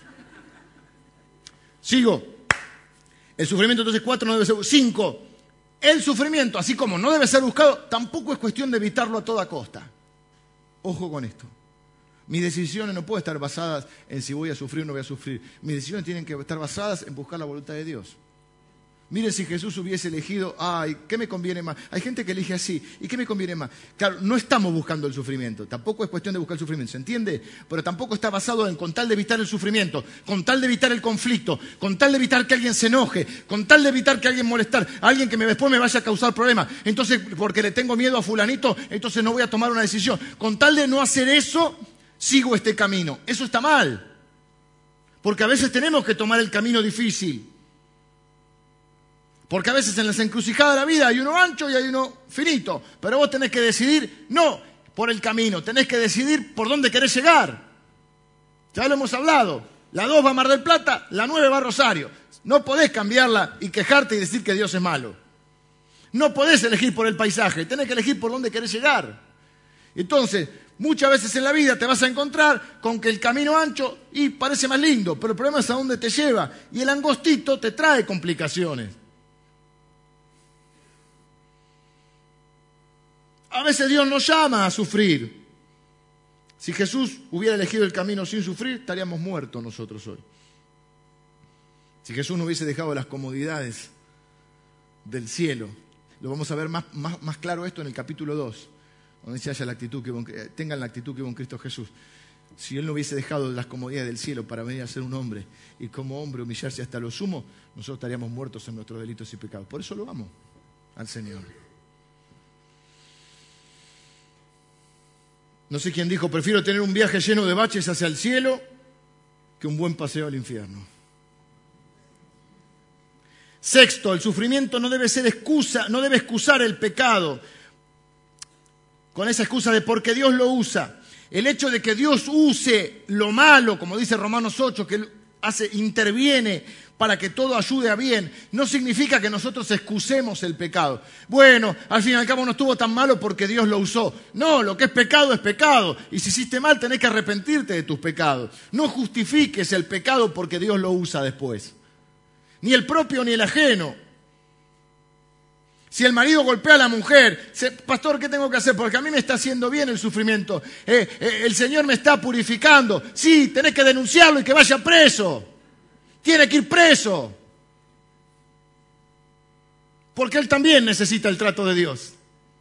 Sigo. El sufrimiento entonces 4 no debe ser. 5. El sufrimiento, así como no debe ser buscado, tampoco es cuestión de evitarlo a toda costa. Ojo con esto. Mis decisiones no pueden estar basadas en si voy a sufrir o no voy a sufrir. Mis decisiones tienen que estar basadas en buscar la voluntad de Dios. Miren, si Jesús hubiese elegido, ¿qué me conviene más? Hay gente que elige así, ¿y qué me conviene más? Claro, no estamos buscando el sufrimiento, tampoco es cuestión de buscar el sufrimiento, ¿se entiende? Pero tampoco está basado en con tal de evitar el sufrimiento, con tal de evitar el conflicto, con tal de evitar que alguien se enoje, con tal de evitar que alguien molestar, alguien que después me vaya a causar problemas. Entonces, porque le tengo miedo a fulanito, entonces no voy a tomar una decisión. Con tal de no hacer eso, sigo este camino. Eso está mal, porque a veces tenemos que tomar el camino difícil. Porque a veces en las encrucijadas de la vida hay uno ancho y hay uno finito. Pero vos tenés que decidir, no por el camino, tenés que decidir por dónde querés llegar. Ya lo hemos hablado. La 2 va a Mar del Plata, la 9 va a Rosario. No podés cambiarla y quejarte y decir que Dios es malo. No podés elegir por el paisaje, tenés que elegir por dónde querés llegar. Entonces, muchas veces en la vida te vas a encontrar con que el camino ancho y parece más lindo, pero el problema es a dónde te lleva. Y el angostito te trae complicaciones. A veces Dios nos llama a sufrir. Si Jesús hubiera elegido el camino sin sufrir, estaríamos muertos nosotros hoy. Si Jesús no hubiese dejado las comodidades del cielo, lo vamos a ver más claro esto en el capítulo 2, donde se haya tengan la actitud que hubo en Cristo Jesús. Si Él no hubiese dejado las comodidades del cielo para venir a ser un hombre y como hombre humillarse hasta lo sumo, nosotros estaríamos muertos en nuestros delitos y pecados. Por eso lo amo al Señor. No sé quién dijo, prefiero tener un viaje lleno de baches hacia el cielo que un buen paseo al infierno. 6, el sufrimiento no debe ser excusa, no debe excusar el pecado con esa excusa de porque Dios lo usa. El hecho de que Dios use lo malo, como dice Romanos 8, que Él interviene para que todo ayude a bien, no significa que nosotros excusemos el pecado. Bueno, al fin y al cabo no estuvo tan malo porque Dios lo usó. No, lo que es pecado, y si hiciste mal tenés que arrepentirte de tus pecados. No justifiques el pecado porque Dios lo usa después. Ni el propio ni el ajeno. Si el marido golpea a la mujer, pastor, ¿qué tengo que hacer? Porque a mí me está haciendo bien el sufrimiento. El Señor me está purificando. Sí, tenés que denunciarlo y que vaya preso. Tiene que ir preso. Porque él también necesita el trato de Dios.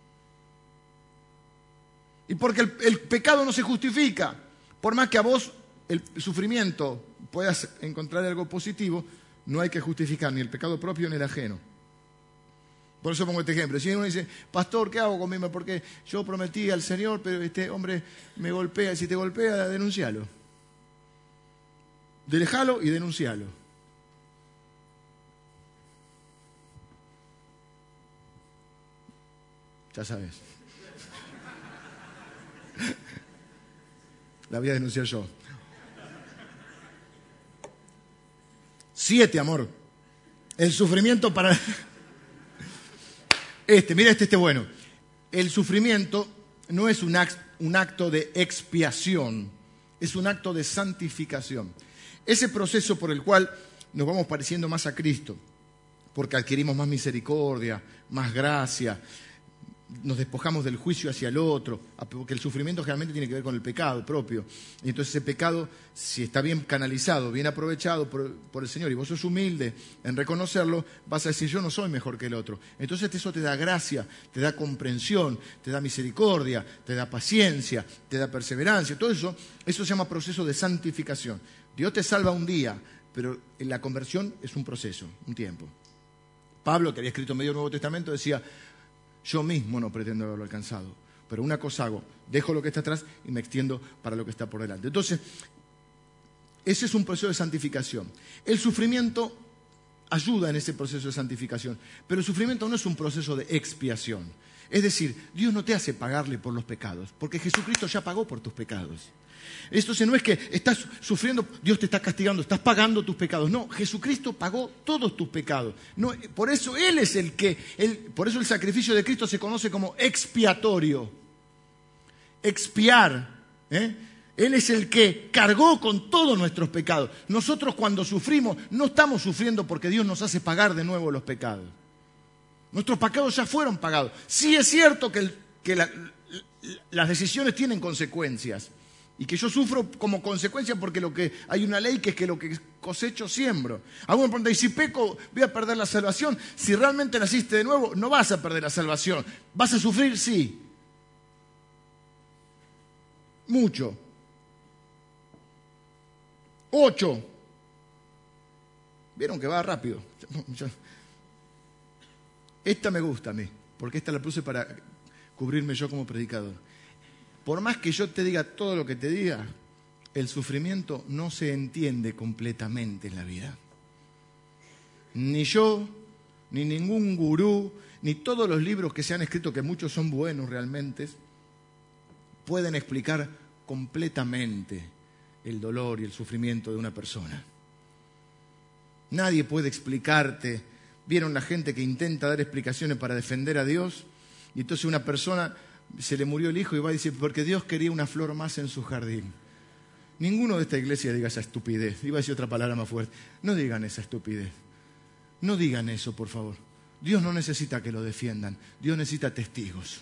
Y porque el pecado no se justifica. Por más que a vos el sufrimiento puedas encontrar algo positivo, no hay que justificar ni el pecado propio ni el ajeno. Por eso pongo este ejemplo. Si uno dice, pastor, ¿qué hago conmigo? Porque yo prometí al Señor, pero este hombre me golpea. Si te golpea, denuncialo. Déjalo y denuncialo. Ya sabes. La voy a denunciar yo. 7, amor. El sufrimiento para... Mira este bueno. El sufrimiento no es un acto de expiación, es un acto de santificación. Ese proceso por el cual nos vamos pareciendo más a Cristo, porque adquirimos más misericordia, más gracia, nos despojamos del juicio hacia el otro, porque el sufrimiento generalmente tiene que ver con el pecado propio. Y entonces ese pecado, si está bien canalizado, bien aprovechado por el Señor, y vos sos humilde en reconocerlo, vas a decir, yo no soy mejor que el otro. Entonces eso te da gracia, te da comprensión, te da misericordia, te da paciencia, te da perseverancia. Todo eso se llama proceso de santificación. Dios te salva un día, pero la conversión es un proceso, un tiempo. Pablo, que había escrito medio Nuevo Testamento, decía, yo mismo no pretendo haberlo alcanzado, pero una cosa hago, dejo lo que está atrás y me extiendo para lo que está por delante. Entonces, ese es un proceso de santificación. El sufrimiento ayuda en ese proceso de santificación, pero el sufrimiento no es un proceso de expiación. Es decir, Dios no te hace pagarle por los pecados, porque Jesucristo ya pagó por tus pecados. Esto no es que estás sufriendo, Dios te está castigando, estás pagando tus pecados. No, Jesucristo pagó todos tus pecados. No, por eso Él es por eso el sacrificio de Cristo se conoce como expiatorio. Expiar. Él es el que cargó con todos nuestros pecados. Nosotros cuando sufrimos, no estamos sufriendo porque Dios nos hace pagar de nuevo los pecados. Nuestros pecados ya fueron pagados. Sí es cierto que las decisiones tienen consecuencias. Y que yo sufro como consecuencia porque hay una ley que es que lo que cosecho siembro. Algunos preguntan, ¿y si peco voy a perder la salvación? Si realmente naciste de nuevo, no vas a perder la salvación. ¿Vas a sufrir? Sí. Mucho. 8. ¿Vieron que va rápido? Esta me gusta a mí, porque esta la puse para cubrirme yo como predicador. Por más que yo te diga todo lo que te diga, el sufrimiento no se entiende completamente en la vida. Ni yo, ni ningún gurú, ni todos los libros que se han escrito, que muchos son buenos realmente, pueden explicar completamente el dolor y el sufrimiento de una persona. Nadie puede explicarte. Vieron la gente que intenta dar explicaciones para defender a Dios, y entonces una persona se le murió el hijo y va a decir, porque Dios quería una flor más en su jardín. Ninguno de esta iglesia diga esa estupidez. Iba a decir otra palabra más fuerte. No digan esa estupidez. No digan eso, por favor. Dios no necesita que lo defiendan. Dios necesita testigos.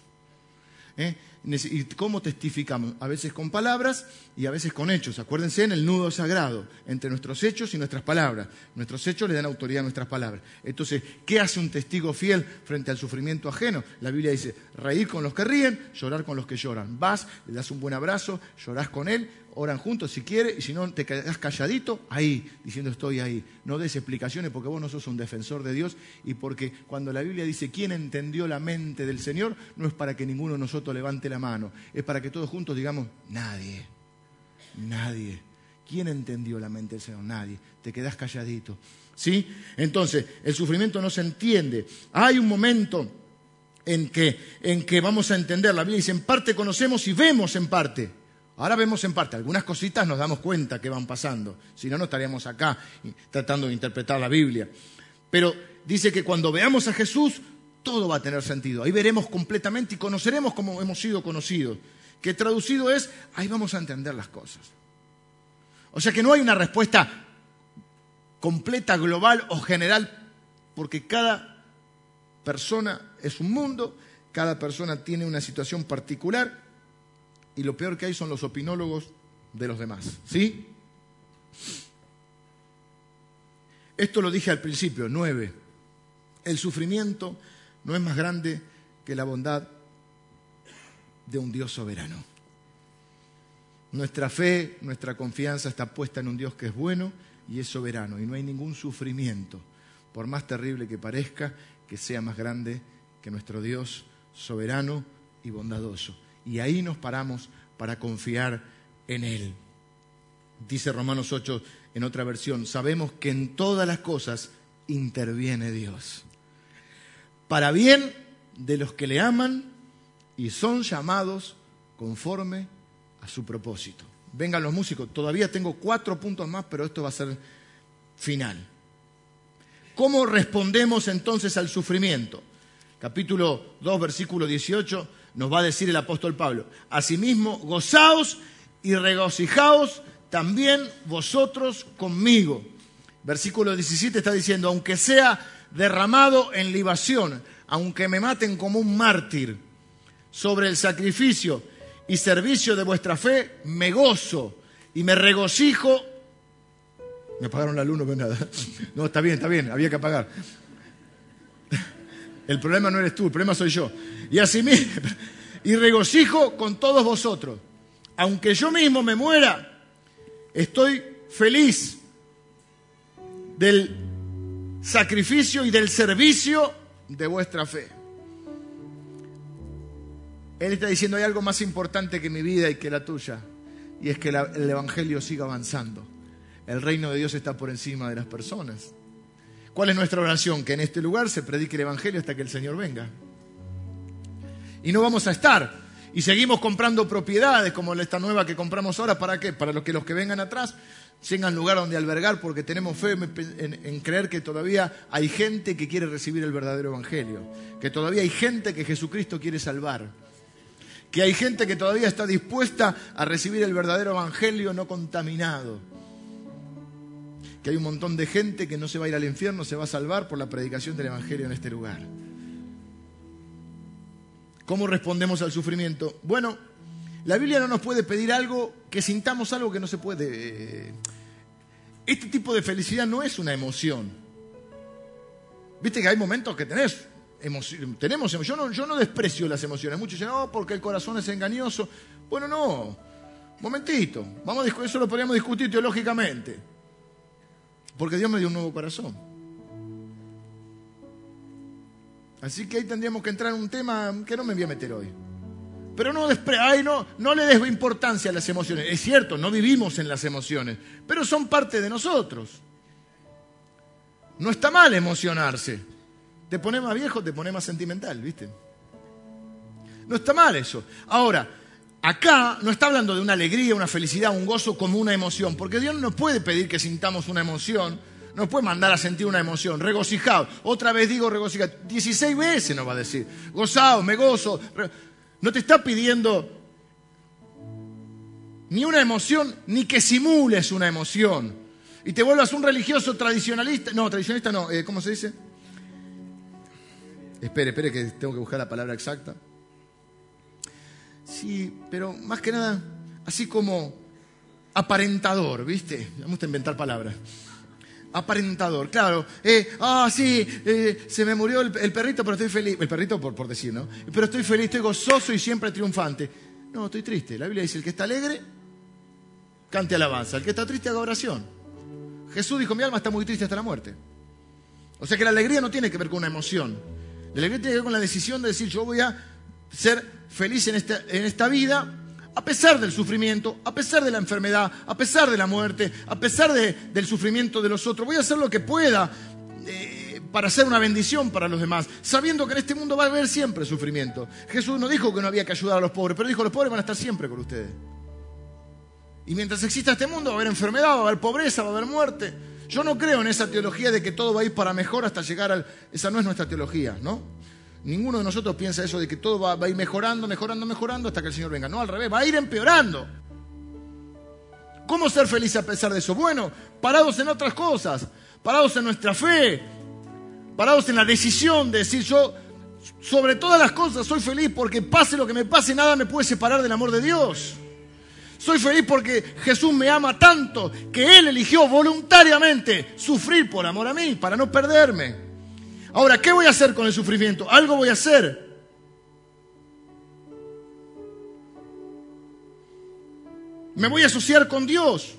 ¿Y cómo testificamos? A veces con palabras y a veces con hechos. Acuérdense en el nudo sagrado entre nuestros hechos y nuestras palabras. Nuestros hechos le dan autoridad a nuestras palabras. Entonces, ¿qué hace un testigo fiel frente al sufrimiento ajeno? La Biblia dice, reír con los que ríen, llorar con los que lloran. Vas, le das un buen abrazo, llorás con él, oran juntos si quiere, y si no te quedás calladito, ahí, diciendo estoy ahí. No des explicaciones porque vos no sos un defensor de Dios, y porque cuando la Biblia dice ¿quién entendió la mente del Señor? No es para que ninguno de nosotros levante la mano, es para que todos juntos digamos nadie. ¿Quién entendió la mente del Señor? Nadie. Te quedás calladito. ¿Sí? Entonces, el sufrimiento no se entiende. Hay un momento en que vamos a entender. La Biblia dice, en parte conocemos y vemos en parte. Ahora vemos en parte, algunas cositas nos damos cuenta que van pasando, si no, no estaríamos acá tratando de interpretar la Biblia. Pero dice que cuando veamos a Jesús, todo va a tener sentido. Ahí veremos completamente y conoceremos como hemos sido conocidos. Que traducido es, ahí vamos a entender las cosas. O sea que no hay una respuesta completa, global o general, porque cada persona es un mundo, cada persona tiene una situación particular. Y lo peor que hay son los opinólogos de los demás, ¿sí? Esto lo dije al principio, 9. El sufrimiento no es más grande que la bondad de un Dios soberano. Nuestra fe, nuestra confianza está puesta en un Dios que es bueno y es soberano. Y no hay ningún sufrimiento, por más terrible que parezca, que sea más grande que nuestro Dios soberano y bondadoso. Y ahí nos paramos para confiar en Él. Dice Romanos 8 en otra versión, sabemos que en todas las cosas interviene Dios, para bien de los que le aman y son llamados conforme a su propósito. Vengan los músicos, todavía tengo 4 puntos más, pero esto va a ser final. ¿Cómo respondemos entonces al sufrimiento? Capítulo 2, versículo 18, nos va a decir el apóstol Pablo, asimismo, gozaos y regocijaos también vosotros conmigo. Versículo 17 está diciendo, aunque sea derramado en libación, aunque me maten como un mártir, sobre el sacrificio y servicio de vuestra fe, me gozo y me regocijo. Me apagaron la luz, no veo nada. No, está bien, había que apagar. El problema no eres tú, el problema soy yo. Y así mismo, y regocijo con todos vosotros. Aunque yo mismo me muera, estoy feliz del sacrificio y del servicio de vuestra fe. Él está diciendo, hay algo más importante que mi vida y que la tuya, y es que el Evangelio siga avanzando. El reino de Dios está por encima de las personas. ¿Cuál es nuestra oración? Que en este lugar se predique el Evangelio hasta que el Señor venga. Y no vamos a estar. Y seguimos comprando propiedades como esta nueva que compramos ahora. ¿Para qué? Para los que vengan atrás tengan lugar donde albergar, porque tenemos fe en creer que todavía hay gente que quiere recibir el verdadero Evangelio. Que todavía hay gente que Jesucristo quiere salvar. que hay gente que todavía está dispuesta a recibir el verdadero evangelio no contaminado, que hay un montón de gente que no se va a ir al infierno, se va a salvar por la predicación del evangelio en este lugar. ¿Cómo respondemos al sufrimiento? Bueno, la Biblia no nos puede pedir algo, que sintamos algo que no se puede. Este tipo de felicidad no es una emoción. Viste que hay momentos que tenemos emoción. Yo no desprecio las emociones. Muchos dicen, no, porque el corazón es engañoso. Bueno, no. Momentito. Eso lo podríamos discutir teológicamente. Porque Dios me dio un nuevo corazón. Así que ahí tendríamos que entrar en un tema que no me voy a meter hoy. Pero no le des importancia a las emociones. Es cierto, no vivimos en las emociones, pero son parte de nosotros. No está mal emocionarse. Te pones más viejo, te pones más sentimental, ¿viste? No está mal eso. Ahora, acá no está hablando de una alegría, una felicidad, un gozo como una emoción, porque Dios no nos puede pedir que sintamos una emoción, nos puede mandar a sentir una emoción, regocijado. Otra vez digo regocijado, 16 veces nos va a decir, gozado, me gozo. No te está pidiendo ni una emoción, ni que simules una emoción. Y te vuelvas un religioso tradicionalista. No, tradicionalista no, ¿cómo se dice? Espere, que tengo que buscar la palabra exacta. Sí, pero más que nada, así como aparentador, ¿viste? Me gusta inventar palabras. Aparentador, claro. Se me murió el perrito, pero estoy feliz. El perrito por decir, ¿no? Pero estoy feliz, estoy gozoso y siempre triunfante. No, estoy triste. La Biblia dice, el que está alegre, cante alabanza. El que está triste, haga oración. Jesús dijo, mi alma está muy triste hasta la muerte. O sea que la alegría no tiene que ver con una emoción. La alegría tiene que ver con la decisión de decir, yo voy a ser feliz en esta vida, a pesar del sufrimiento, a pesar de la enfermedad, a pesar de la muerte, a pesar del sufrimiento de los otros. Voy a hacer lo que pueda para ser una bendición para los demás, sabiendo que en este mundo va a haber siempre sufrimiento. Jesús no dijo que no había que ayudar a los pobres, pero dijo, los pobres van a estar siempre con ustedes. Y mientras exista este mundo va a haber enfermedad, va a haber pobreza, va a haber muerte. Yo no creo en esa teología de que todo va a ir para mejor hasta llegar al... Esa no es nuestra teología, ¿no? Ninguno de nosotros piensa eso de que todo va a ir mejorando hasta que el Señor venga. No, al revés, va a ir empeorando. ¿Cómo ser feliz a pesar de eso? Bueno, parados en otras cosas, parados en nuestra fe, parados en la decisión de decir yo, sobre todas las cosas, soy feliz porque pase lo que me pase, nada me puede separar del amor de Dios. Soy feliz porque Jesús me ama tanto que Él eligió voluntariamente sufrir por amor a mí, para no perderme. Ahora, ¿qué voy a hacer con el sufrimiento? Algo voy a hacer. Me voy a asociar con Dios.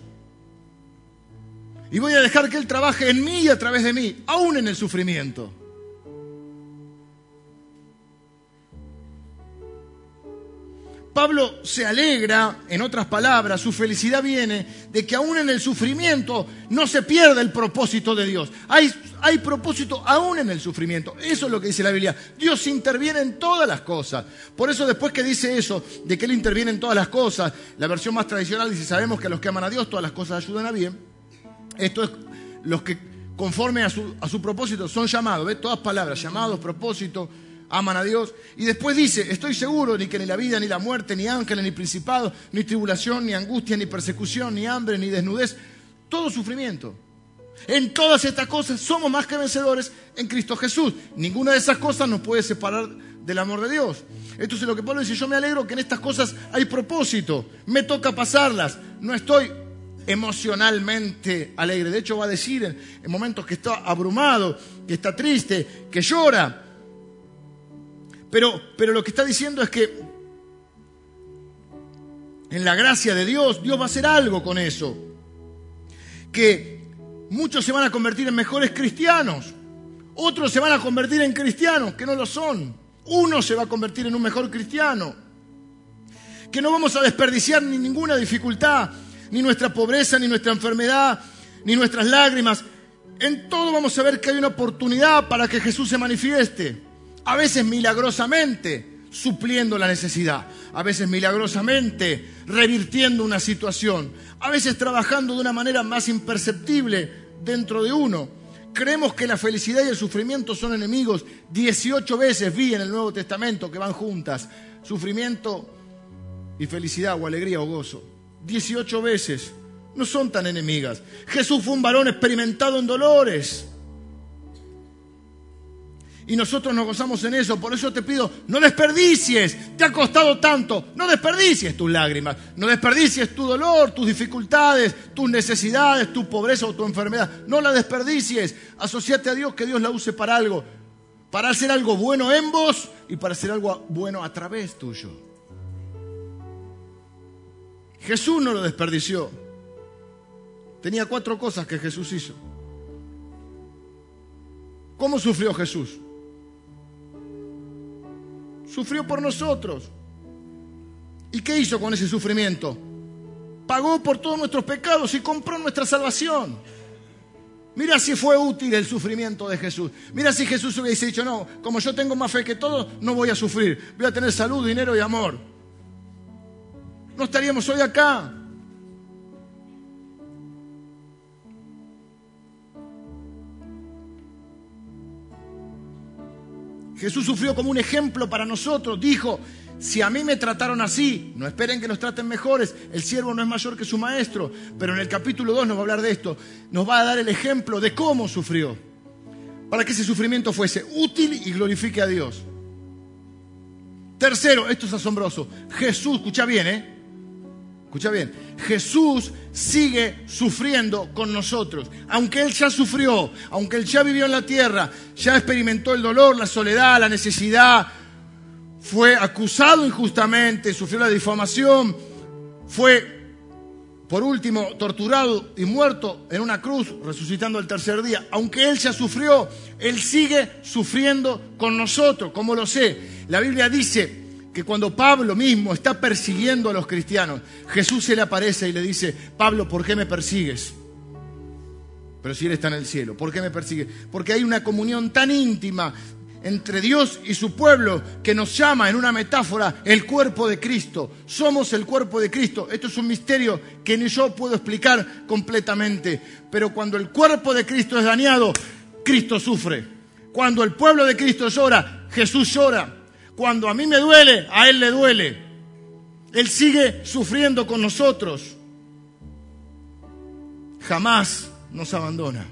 Y voy a dejar que Él trabaje en mí y a través de mí, aún en el sufrimiento. Pablo se alegra, en otras palabras, su felicidad viene de que aún en el sufrimiento no se pierda el propósito de Dios. Hay propósito aún en el sufrimiento. Eso es lo que dice la Biblia. Dios interviene en todas las cosas. Por eso después que dice eso, de que Él interviene en todas las cosas, la versión más tradicional dice, sabemos que a los que aman a Dios todas las cosas ayudan a bien. Esto es los que conforme a su propósito son llamados. ¿Ves? Todas palabras, llamados, propósito, aman a Dios. Y después dice, estoy seguro ni que ni la vida, ni la muerte, ni ángeles, ni principados, ni tribulación, ni angustia, ni persecución, ni hambre, ni desnudez, todo sufrimiento. En todas estas cosas somos más que vencedores en Cristo Jesús. Ninguna de esas cosas nos puede separar del amor de Dios. Entonces lo que Pablo dice, yo me alegro que en estas cosas hay propósito. Me toca pasarlas. No estoy emocionalmente alegre. De hecho va a decir en momentos que está abrumado, que está triste, que llora. Pero lo que está diciendo es que en la gracia de Dios, Dios va a hacer algo con eso. Que muchos se van a convertir en mejores cristianos. Otros se van a convertir en cristianos que no lo son. Uno se va a convertir en un mejor cristiano. Que no vamos a desperdiciar ni ninguna dificultad, ni nuestra pobreza, ni nuestra enfermedad, ni nuestras lágrimas. En todo vamos a ver que hay una oportunidad para que Jesús se manifieste. A veces milagrosamente supliendo la necesidad, a veces milagrosamente revirtiendo una situación, a veces trabajando de una manera más imperceptible dentro de uno. Creemos que la felicidad y el sufrimiento son enemigos. 18 veces vi en el Nuevo Testamento que van juntas. Sufrimiento y felicidad o alegría o gozo. 18 veces. No son tan enemigas. Jesús fue un varón experimentado en dolores. Y nosotros nos gozamos en eso. Por eso te pido, no desperdicies. Te ha costado tanto. No desperdicies tus lágrimas. No desperdicies tu dolor, tus dificultades, tus necesidades, tu pobreza o tu enfermedad. No la desperdicies. Asociate a Dios, que Dios la use para algo. Para hacer algo bueno en vos y para hacer algo bueno a través tuyo. Jesús no lo desperdició. Tenía 4 cosas que Jesús hizo. ¿Cómo sufrió Jesús? Sufrió por nosotros. ¿Y qué hizo con ese sufrimiento? Pagó por todos nuestros pecados y compró nuestra salvación. Mira si fue útil el sufrimiento de Jesús. Mira si Jesús hubiese dicho, no, como yo tengo más fe que todos, no voy a sufrir. Voy a tener salud, dinero y amor. No estaríamos hoy acá. Jesús sufrió como un ejemplo para nosotros. Dijo, si a mí me trataron así, no esperen que los traten mejores. El siervo no es mayor que su maestro. Pero en el capítulo 2 nos va a hablar de esto. Nos va a dar el ejemplo de cómo sufrió. Para que ese sufrimiento fuese útil y glorifique a Dios. Tercero, esto es asombroso. Jesús, escucha bien, escucha bien. Jesús sigue sufriendo con nosotros. Aunque Él ya sufrió, aunque Él ya vivió en la tierra, ya experimentó el dolor, la soledad, la necesidad, fue acusado injustamente, sufrió la difamación, fue, por último, torturado y muerto en una cruz, resucitando al tercer día. Aunque Él ya sufrió, Él sigue sufriendo con nosotros. ¿Cómo lo sé? La Biblia dice que cuando Pablo mismo está persiguiendo a los cristianos, Jesús se le aparece y le dice, Pablo, ¿por qué me persigues? Pero si Él está en el cielo, ¿por qué me persigues? Porque hay una comunión tan íntima entre Dios y su pueblo que nos llama, en una metáfora, el cuerpo de Cristo. Somos el cuerpo de Cristo. Esto es un misterio que ni yo puedo explicar completamente. Pero cuando el cuerpo de Cristo es dañado, Cristo sufre. Cuando el pueblo de Cristo llora, Jesús llora. Cuando a mí me duele, a Él le duele. Él sigue sufriendo con nosotros. Jamás nos abandona.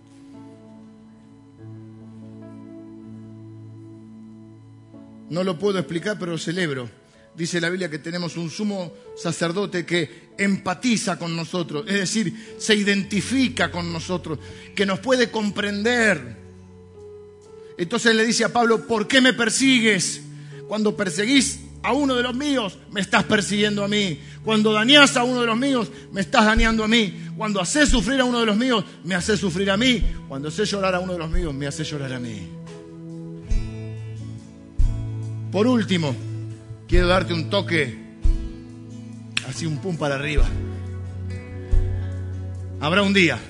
No lo puedo explicar, pero lo celebro. Dice la Biblia que tenemos un sumo sacerdote que empatiza con nosotros, es decir, se identifica con nosotros, que nos puede comprender. Entonces le dice a Pablo, ¿por qué me persigues? Cuando perseguís a uno de los míos, me estás persiguiendo a mí. Cuando dañás a uno de los míos, me estás dañando a mí. Cuando haces sufrir a uno de los míos, me haces sufrir a mí. Cuando haces llorar a uno de los míos, me haces llorar a mí. Por último, quiero darte un toque, así un pum para arriba. Habrá un día.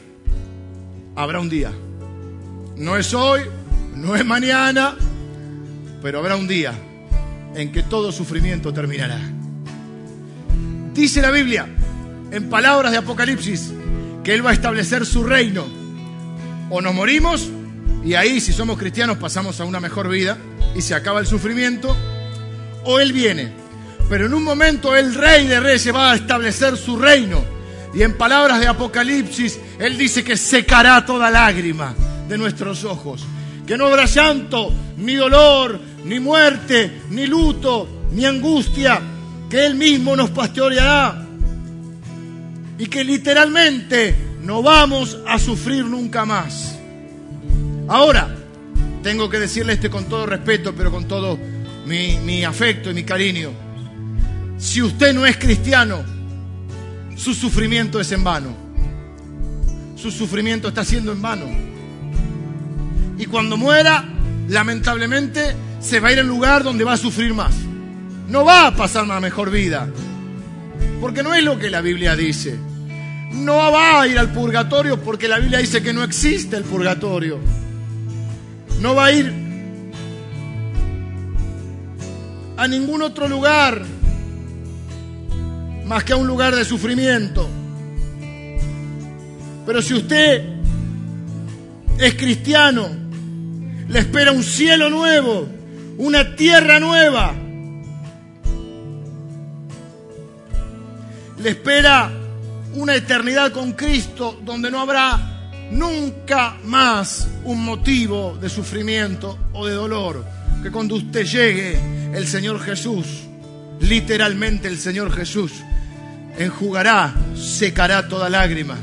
No es hoy, no es mañana, pero habrá un día en que todo sufrimiento terminará. Dice la Biblia, en palabras de Apocalipsis, que Él va a establecer su reino. O nos morimos, y ahí, si somos cristianos, pasamos a una mejor vida y se acaba el sufrimiento, o Él viene. Pero en un momento el Rey de Reyes va a establecer su reino. Y en palabras de Apocalipsis, Él dice que secará toda lágrima de nuestros ojos. Que no habrá llanto, ni dolor, ni muerte, ni luto, ni angustia. Que Él mismo nos pastoreará. Y que literalmente no vamos a sufrir nunca más. Ahora, tengo que decirle con todo respeto, pero con todo mi afecto y mi cariño. Si usted no es cristiano, su sufrimiento es en vano. Su sufrimiento está siendo en vano. Y cuando muera, lamentablemente, se va a ir al lugar donde va a sufrir más. No va a pasar una mejor vida. Porque no es lo que la Biblia dice. No va a ir al purgatorio porque la Biblia dice que no existe el purgatorio. No va a ir a ningún otro lugar más que a un lugar de sufrimiento. Pero si usted es cristiano, le espera un cielo nuevo, una tierra nueva. le espera una eternidad con Cristo donde no habrá nunca más un motivo de sufrimiento o de dolor. Que cuando usted llegue, el Señor Jesús, literalmente el Señor Jesús, enjugará, secará toda lágrima.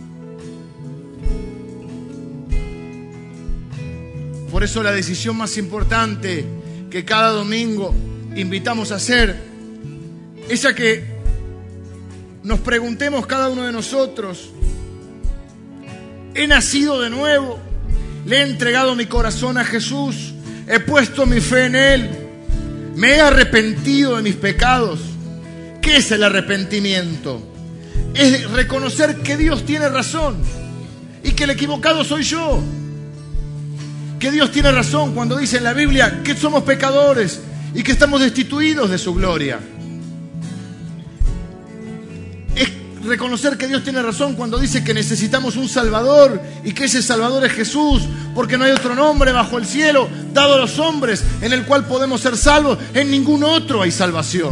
Por eso la decisión más importante que cada domingo invitamos a hacer es a que nos preguntemos cada uno de nosotros: ¿he nacido de nuevo? ¿Le he entregado mi corazón a Jesús? ¿He puesto mi fe en Él? ¿Me he arrepentido de mis pecados? ¿Qué es el arrepentimiento? Es reconocer que Dios tiene razón y que el equivocado soy yo. Que Dios tiene razón cuando dice en la Biblia que somos pecadores y que estamos destituidos de su gloria. Es reconocer que Dios tiene razón cuando dice que necesitamos un Salvador y que ese Salvador es Jesús, porque no hay otro nombre bajo el cielo dado a los hombres en el cual podemos ser salvos. En ningún otro hay salvación.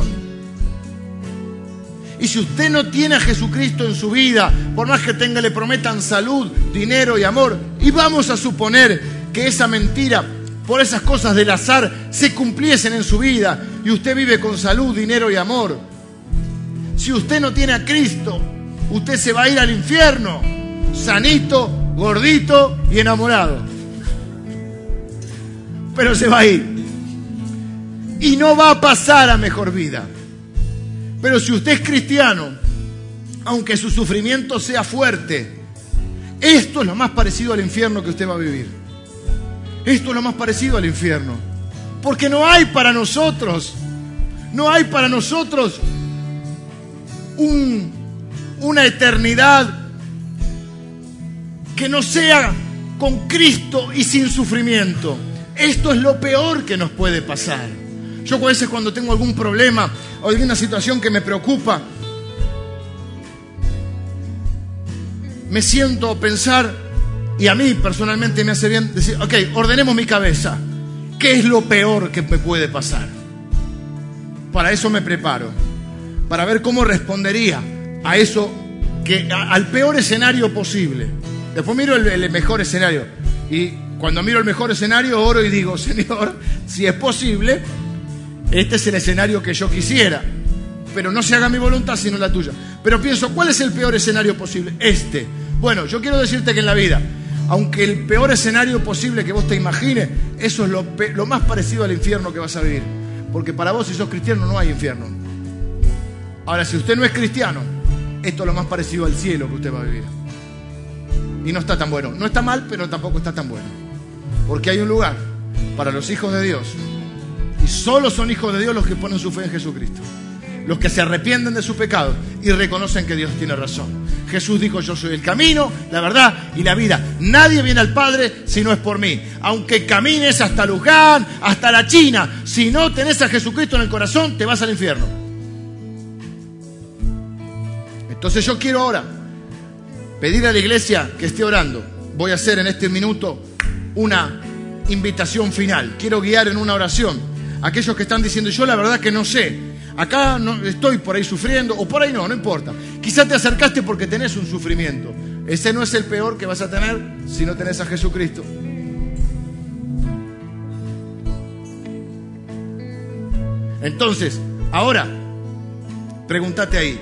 Y si usted no tiene a Jesucristo en su vida, por más que tenga, le prometan salud, dinero y amor, y vamos a suponer que esa mentira, por esas cosas del azar, se cumpliesen en su vida y usted vive con salud, dinero y amor. Si usted no tiene a Cristo, usted se va a ir al infierno, sanito, gordito y enamorado. Pero se va a ir. Y no va a pasar a mejor vida. Pero si usted es cristiano, aunque su sufrimiento sea fuerte, esto es lo más parecido al infierno que usted va a vivir. Esto es lo más parecido al infierno. Porque no hay para nosotros una eternidad que no sea con Cristo y sin sufrimiento. Esto es lo peor que nos puede pasar. Yo a veces cuando tengo algún problema o alguna situación que me preocupa, me siento a pensar, y a mí personalmente me hace bien decir, ok, ordenemos mi cabeza. ¿Qué es lo peor que me puede pasar? Para eso me preparo, para ver cómo respondería a eso, al peor escenario posible. Después miro el mejor escenario, y cuando miro el mejor escenario oro y digo, Señor, si es posible, este es el escenario que yo quisiera, pero no se haga mi voluntad sino la tuya. Pero pienso, ¿cuál es el peor escenario posible? Este. Bueno, yo quiero decirte que en la vida, aunque el peor escenario posible que vos te imagines, eso es lo más parecido al infierno que vas a vivir. Porque para vos, si sos cristiano, no hay infierno. Ahora, si usted no es cristiano, esto es lo más parecido al cielo que usted va a vivir. Y no está tan bueno. No está mal, pero tampoco está tan bueno. Porque hay un lugar para los hijos de Dios. Y solo son hijos de Dios los que ponen su fe en Jesucristo. Los que se arrepienten de su pecado y reconocen que Dios tiene razón. Jesús dijo, yo soy el camino, la verdad y la vida. Nadie viene al Padre si no es por mí. Aunque camines hasta Luján, hasta la China, si no tenés a Jesucristo en el corazón, te vas al infierno. Entonces yo quiero ahora pedir a la iglesia que esté orando. Voy a hacer en este minuto una invitación final. Quiero guiar en una oración a aquellos que están diciendo, yo la verdad que no sé. Acá no, estoy por ahí sufriendo, o por ahí no importa. Quizás te acercaste porque tenés un sufrimiento. Ese no es el peor que vas a tener si no tenés a Jesucristo. Entonces, ahora, pregúntate ahí.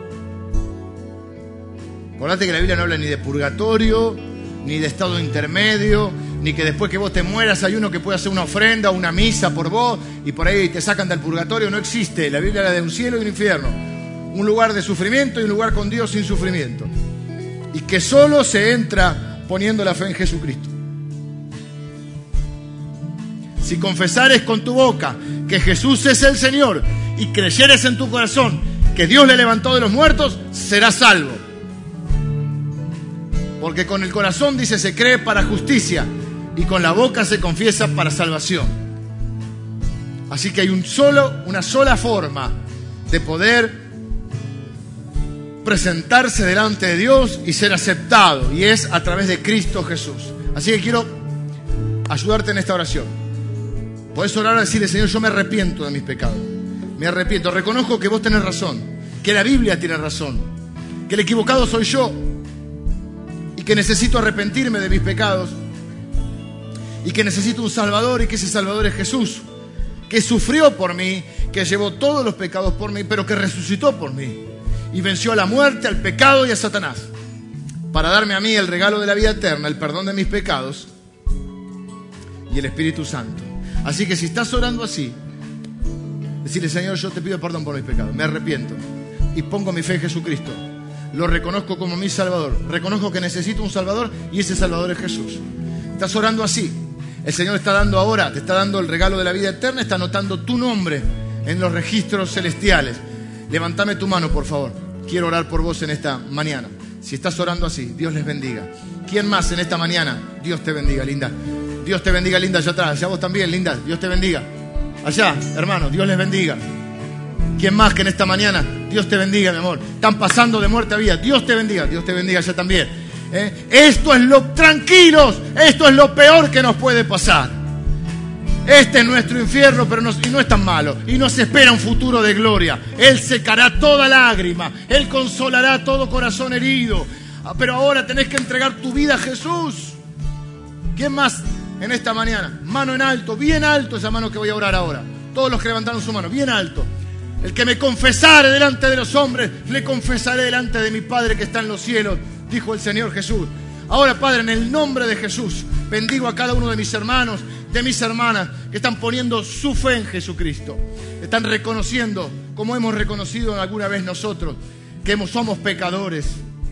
Acordate que la Biblia no habla ni de purgatorio, ni de estado intermedio, ni que después que vos te mueras hay uno que puede hacer una ofrenda o una misa por vos y por ahí te sacan del purgatorio. No existe. La Biblia habla de un cielo y un infierno, un lugar de sufrimiento y un lugar con Dios sin sufrimiento, y que solo se entra poniendo la fe en Jesucristo. Si confesares con tu boca que Jesús es el Señor y creyeres en tu corazón que Dios le levantó de los muertos, serás salvo. Porque con el corazón, dice, se cree para justicia y con la boca se confiesa para salvación. Así que hay una sola forma de poder presentarse delante de Dios y ser aceptado, y es a través de Cristo Jesús. Así que quiero ayudarte en esta oración. Podés orar a decirle, Señor, yo me arrepiento de mis pecados. Me arrepiento, reconozco que vos tenés razón que la Biblia tiene razón, que el equivocado soy yo y que necesito arrepentirme de mis pecados y que necesito un Salvador y que ese Salvador es Jesús, que sufrió por mí, que llevó todos los pecados por mí, pero que resucitó por mí y venció a la muerte, al pecado y a Satanás, para darme a mí el regalo de la vida eterna, el perdón de mis pecados y el Espíritu Santo. Así que si estás orando así, decirle: Señor, yo te pido perdón por mis pecados, me arrepiento y pongo mi fe en Jesucristo, lo reconozco como mi Salvador, reconozco que necesito un Salvador y ese Salvador es Jesús. Estás orando así, el Señor está dando ahora, te está dando el regalo de la vida eterna, está anotando tu nombre en los registros celestiales. Levántame tu mano, por favor, quiero orar por vos en esta mañana. Si estás orando así, Dios les bendiga. ¿Quién más en esta mañana? Dios te bendiga, linda. Dios te bendiga, linda, allá atrás. Allá vos también, linda. Dios te bendiga. Allá, hermano, Dios les bendiga. ¿Quién más que en esta mañana? Dios te bendiga, mi amor. Están pasando de muerte a vida. Dios te bendiga allá también. Esto es tranquilos, esto es lo peor que nos puede pasar. Este es nuestro infierno, pero no es tan malo. Y nos espera un futuro de gloria. Él secará toda lágrima, Él consolará todo corazón herido. Pero ahora tenés que entregar tu vida a Jesús. ¿Quién más en esta mañana? Mano en alto, bien alto esa mano que voy a orar ahora. Todos los que levantaron su mano, bien alto. El que me confesare delante de los hombres, le confesaré delante de mi Padre que está en los cielos, dijo el Señor Jesús. Ahora, Padre, en el nombre de Jesús, bendigo a cada uno de mis hermanos, de mis hermanas, que están poniendo su fe en Jesucristo. Están reconociendo, como hemos reconocido alguna vez nosotros, que somos pecadores,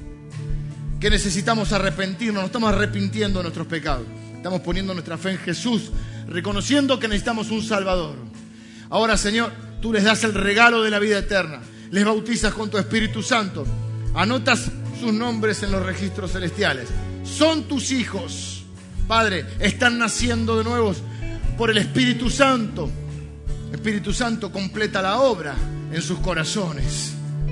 que necesitamos arrepentirnos, nos estamos arrepintiendo de nuestros pecados. Estamos poniendo nuestra fe en Jesús, reconociendo que necesitamos un Salvador. Ahora, Señor, tú les das el regalo de la vida eterna, les bautizas con tu Espíritu Santo, anotas sus nombres en los registros celestiales. Son tus hijos, Padre, están naciendo de nuevo por el Espíritu Santo. El Espíritu Santo completa la obra en sus corazones.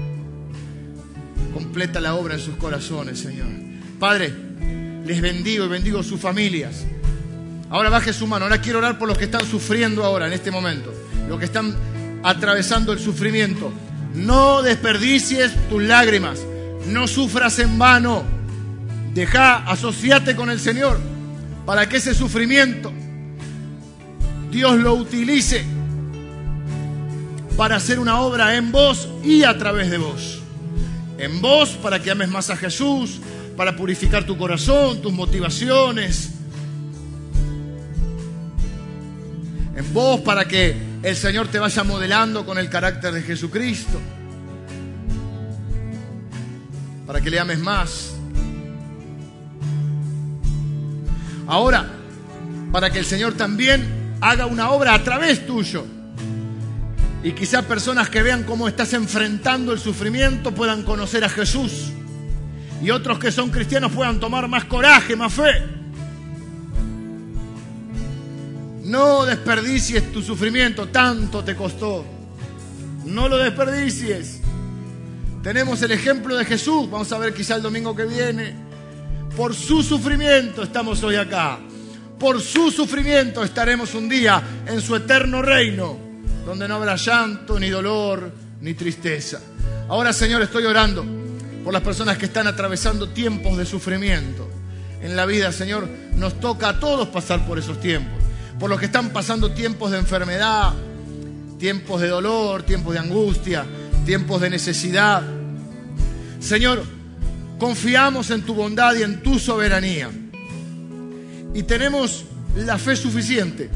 Completa la obra en sus corazones, Señor. Padre, les bendigo y bendigo sus familias. Ahora baje su mano. Ahora quiero orar por los que están sufriendo ahora, en este momento. Los que están atravesando el sufrimiento. No desperdicies tus lágrimas. No sufras en vano. Asociate con el Señor para que ese sufrimiento Dios lo utilice para hacer una obra en vos y a través de vos. En vos para que ames más a Jesús, para purificar tu corazón, tus motivaciones. En vos para que el Señor te vaya modelando con el carácter de Jesucristo, para que le ames más. Ahora, para que el Señor también haga una obra a través tuyo. Y quizás personas que vean cómo estás enfrentando el sufrimiento puedan conocer a Jesús. Y otros que son cristianos puedan tomar más coraje, más fe. No desperdicies tu sufrimiento, tanto te costó. No lo desperdicies. Tenemos el ejemplo de Jesús, vamos a ver quizá el domingo que viene. Por su sufrimiento estamos hoy acá. Por su sufrimiento estaremos un día en su eterno reino, donde no habrá llanto, ni dolor, ni tristeza. Ahora, Señor, estoy orando por las personas que están atravesando tiempos de sufrimiento en la vida. Señor, nos toca a todos pasar por esos tiempos. Por los que están pasando tiempos de enfermedad, tiempos de dolor, tiempos de angustia, tiempos de necesidad. Señor, confiamos en tu bondad y en tu soberanía. Y tenemos la fe suficiente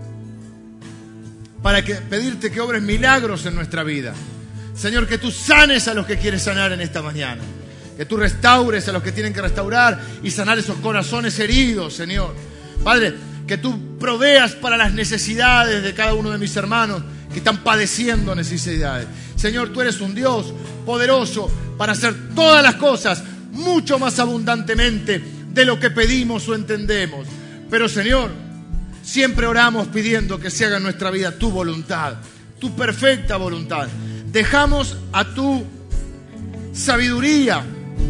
para pedirte que obres milagros en nuestra vida. Señor, que tú sanes a los que quieres sanar en esta mañana. Que tú restaures a los que tienen que restaurar y sanar esos corazones heridos, Señor. Padre, que tú proveas para las necesidades de cada uno de mis hermanos que están padeciendo necesidades. Señor, tú eres un Dios poderoso para hacer todas las cosas mucho más abundantemente de lo que pedimos o entendemos. Pero, Señor, siempre oramos pidiendo que se haga en nuestra vida tu voluntad, tu perfecta voluntad. Dejamos a tu sabiduría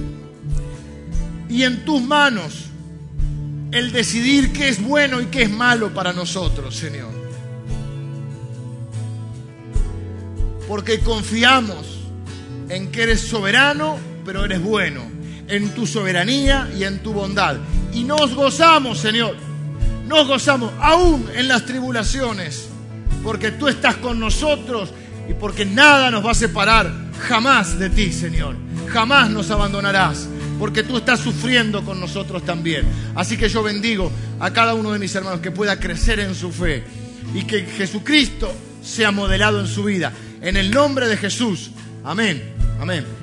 y en tus manos el decidir qué es bueno y qué es malo para nosotros, Señor. Porque confiamos en que eres soberano, pero eres bueno, en tu soberanía y en tu bondad. Y nos gozamos, Señor, nos gozamos aún en las tribulaciones, porque tú estás con nosotros y porque nada nos va a separar jamás de ti, Señor. Jamás nos abandonarás, porque tú estás sufriendo con nosotros también. Así que yo bendigo a cada uno de mis hermanos que pueda crecer en su fe y que Jesucristo sea modelado en su vida. En el nombre de Jesús. Amén. Amén.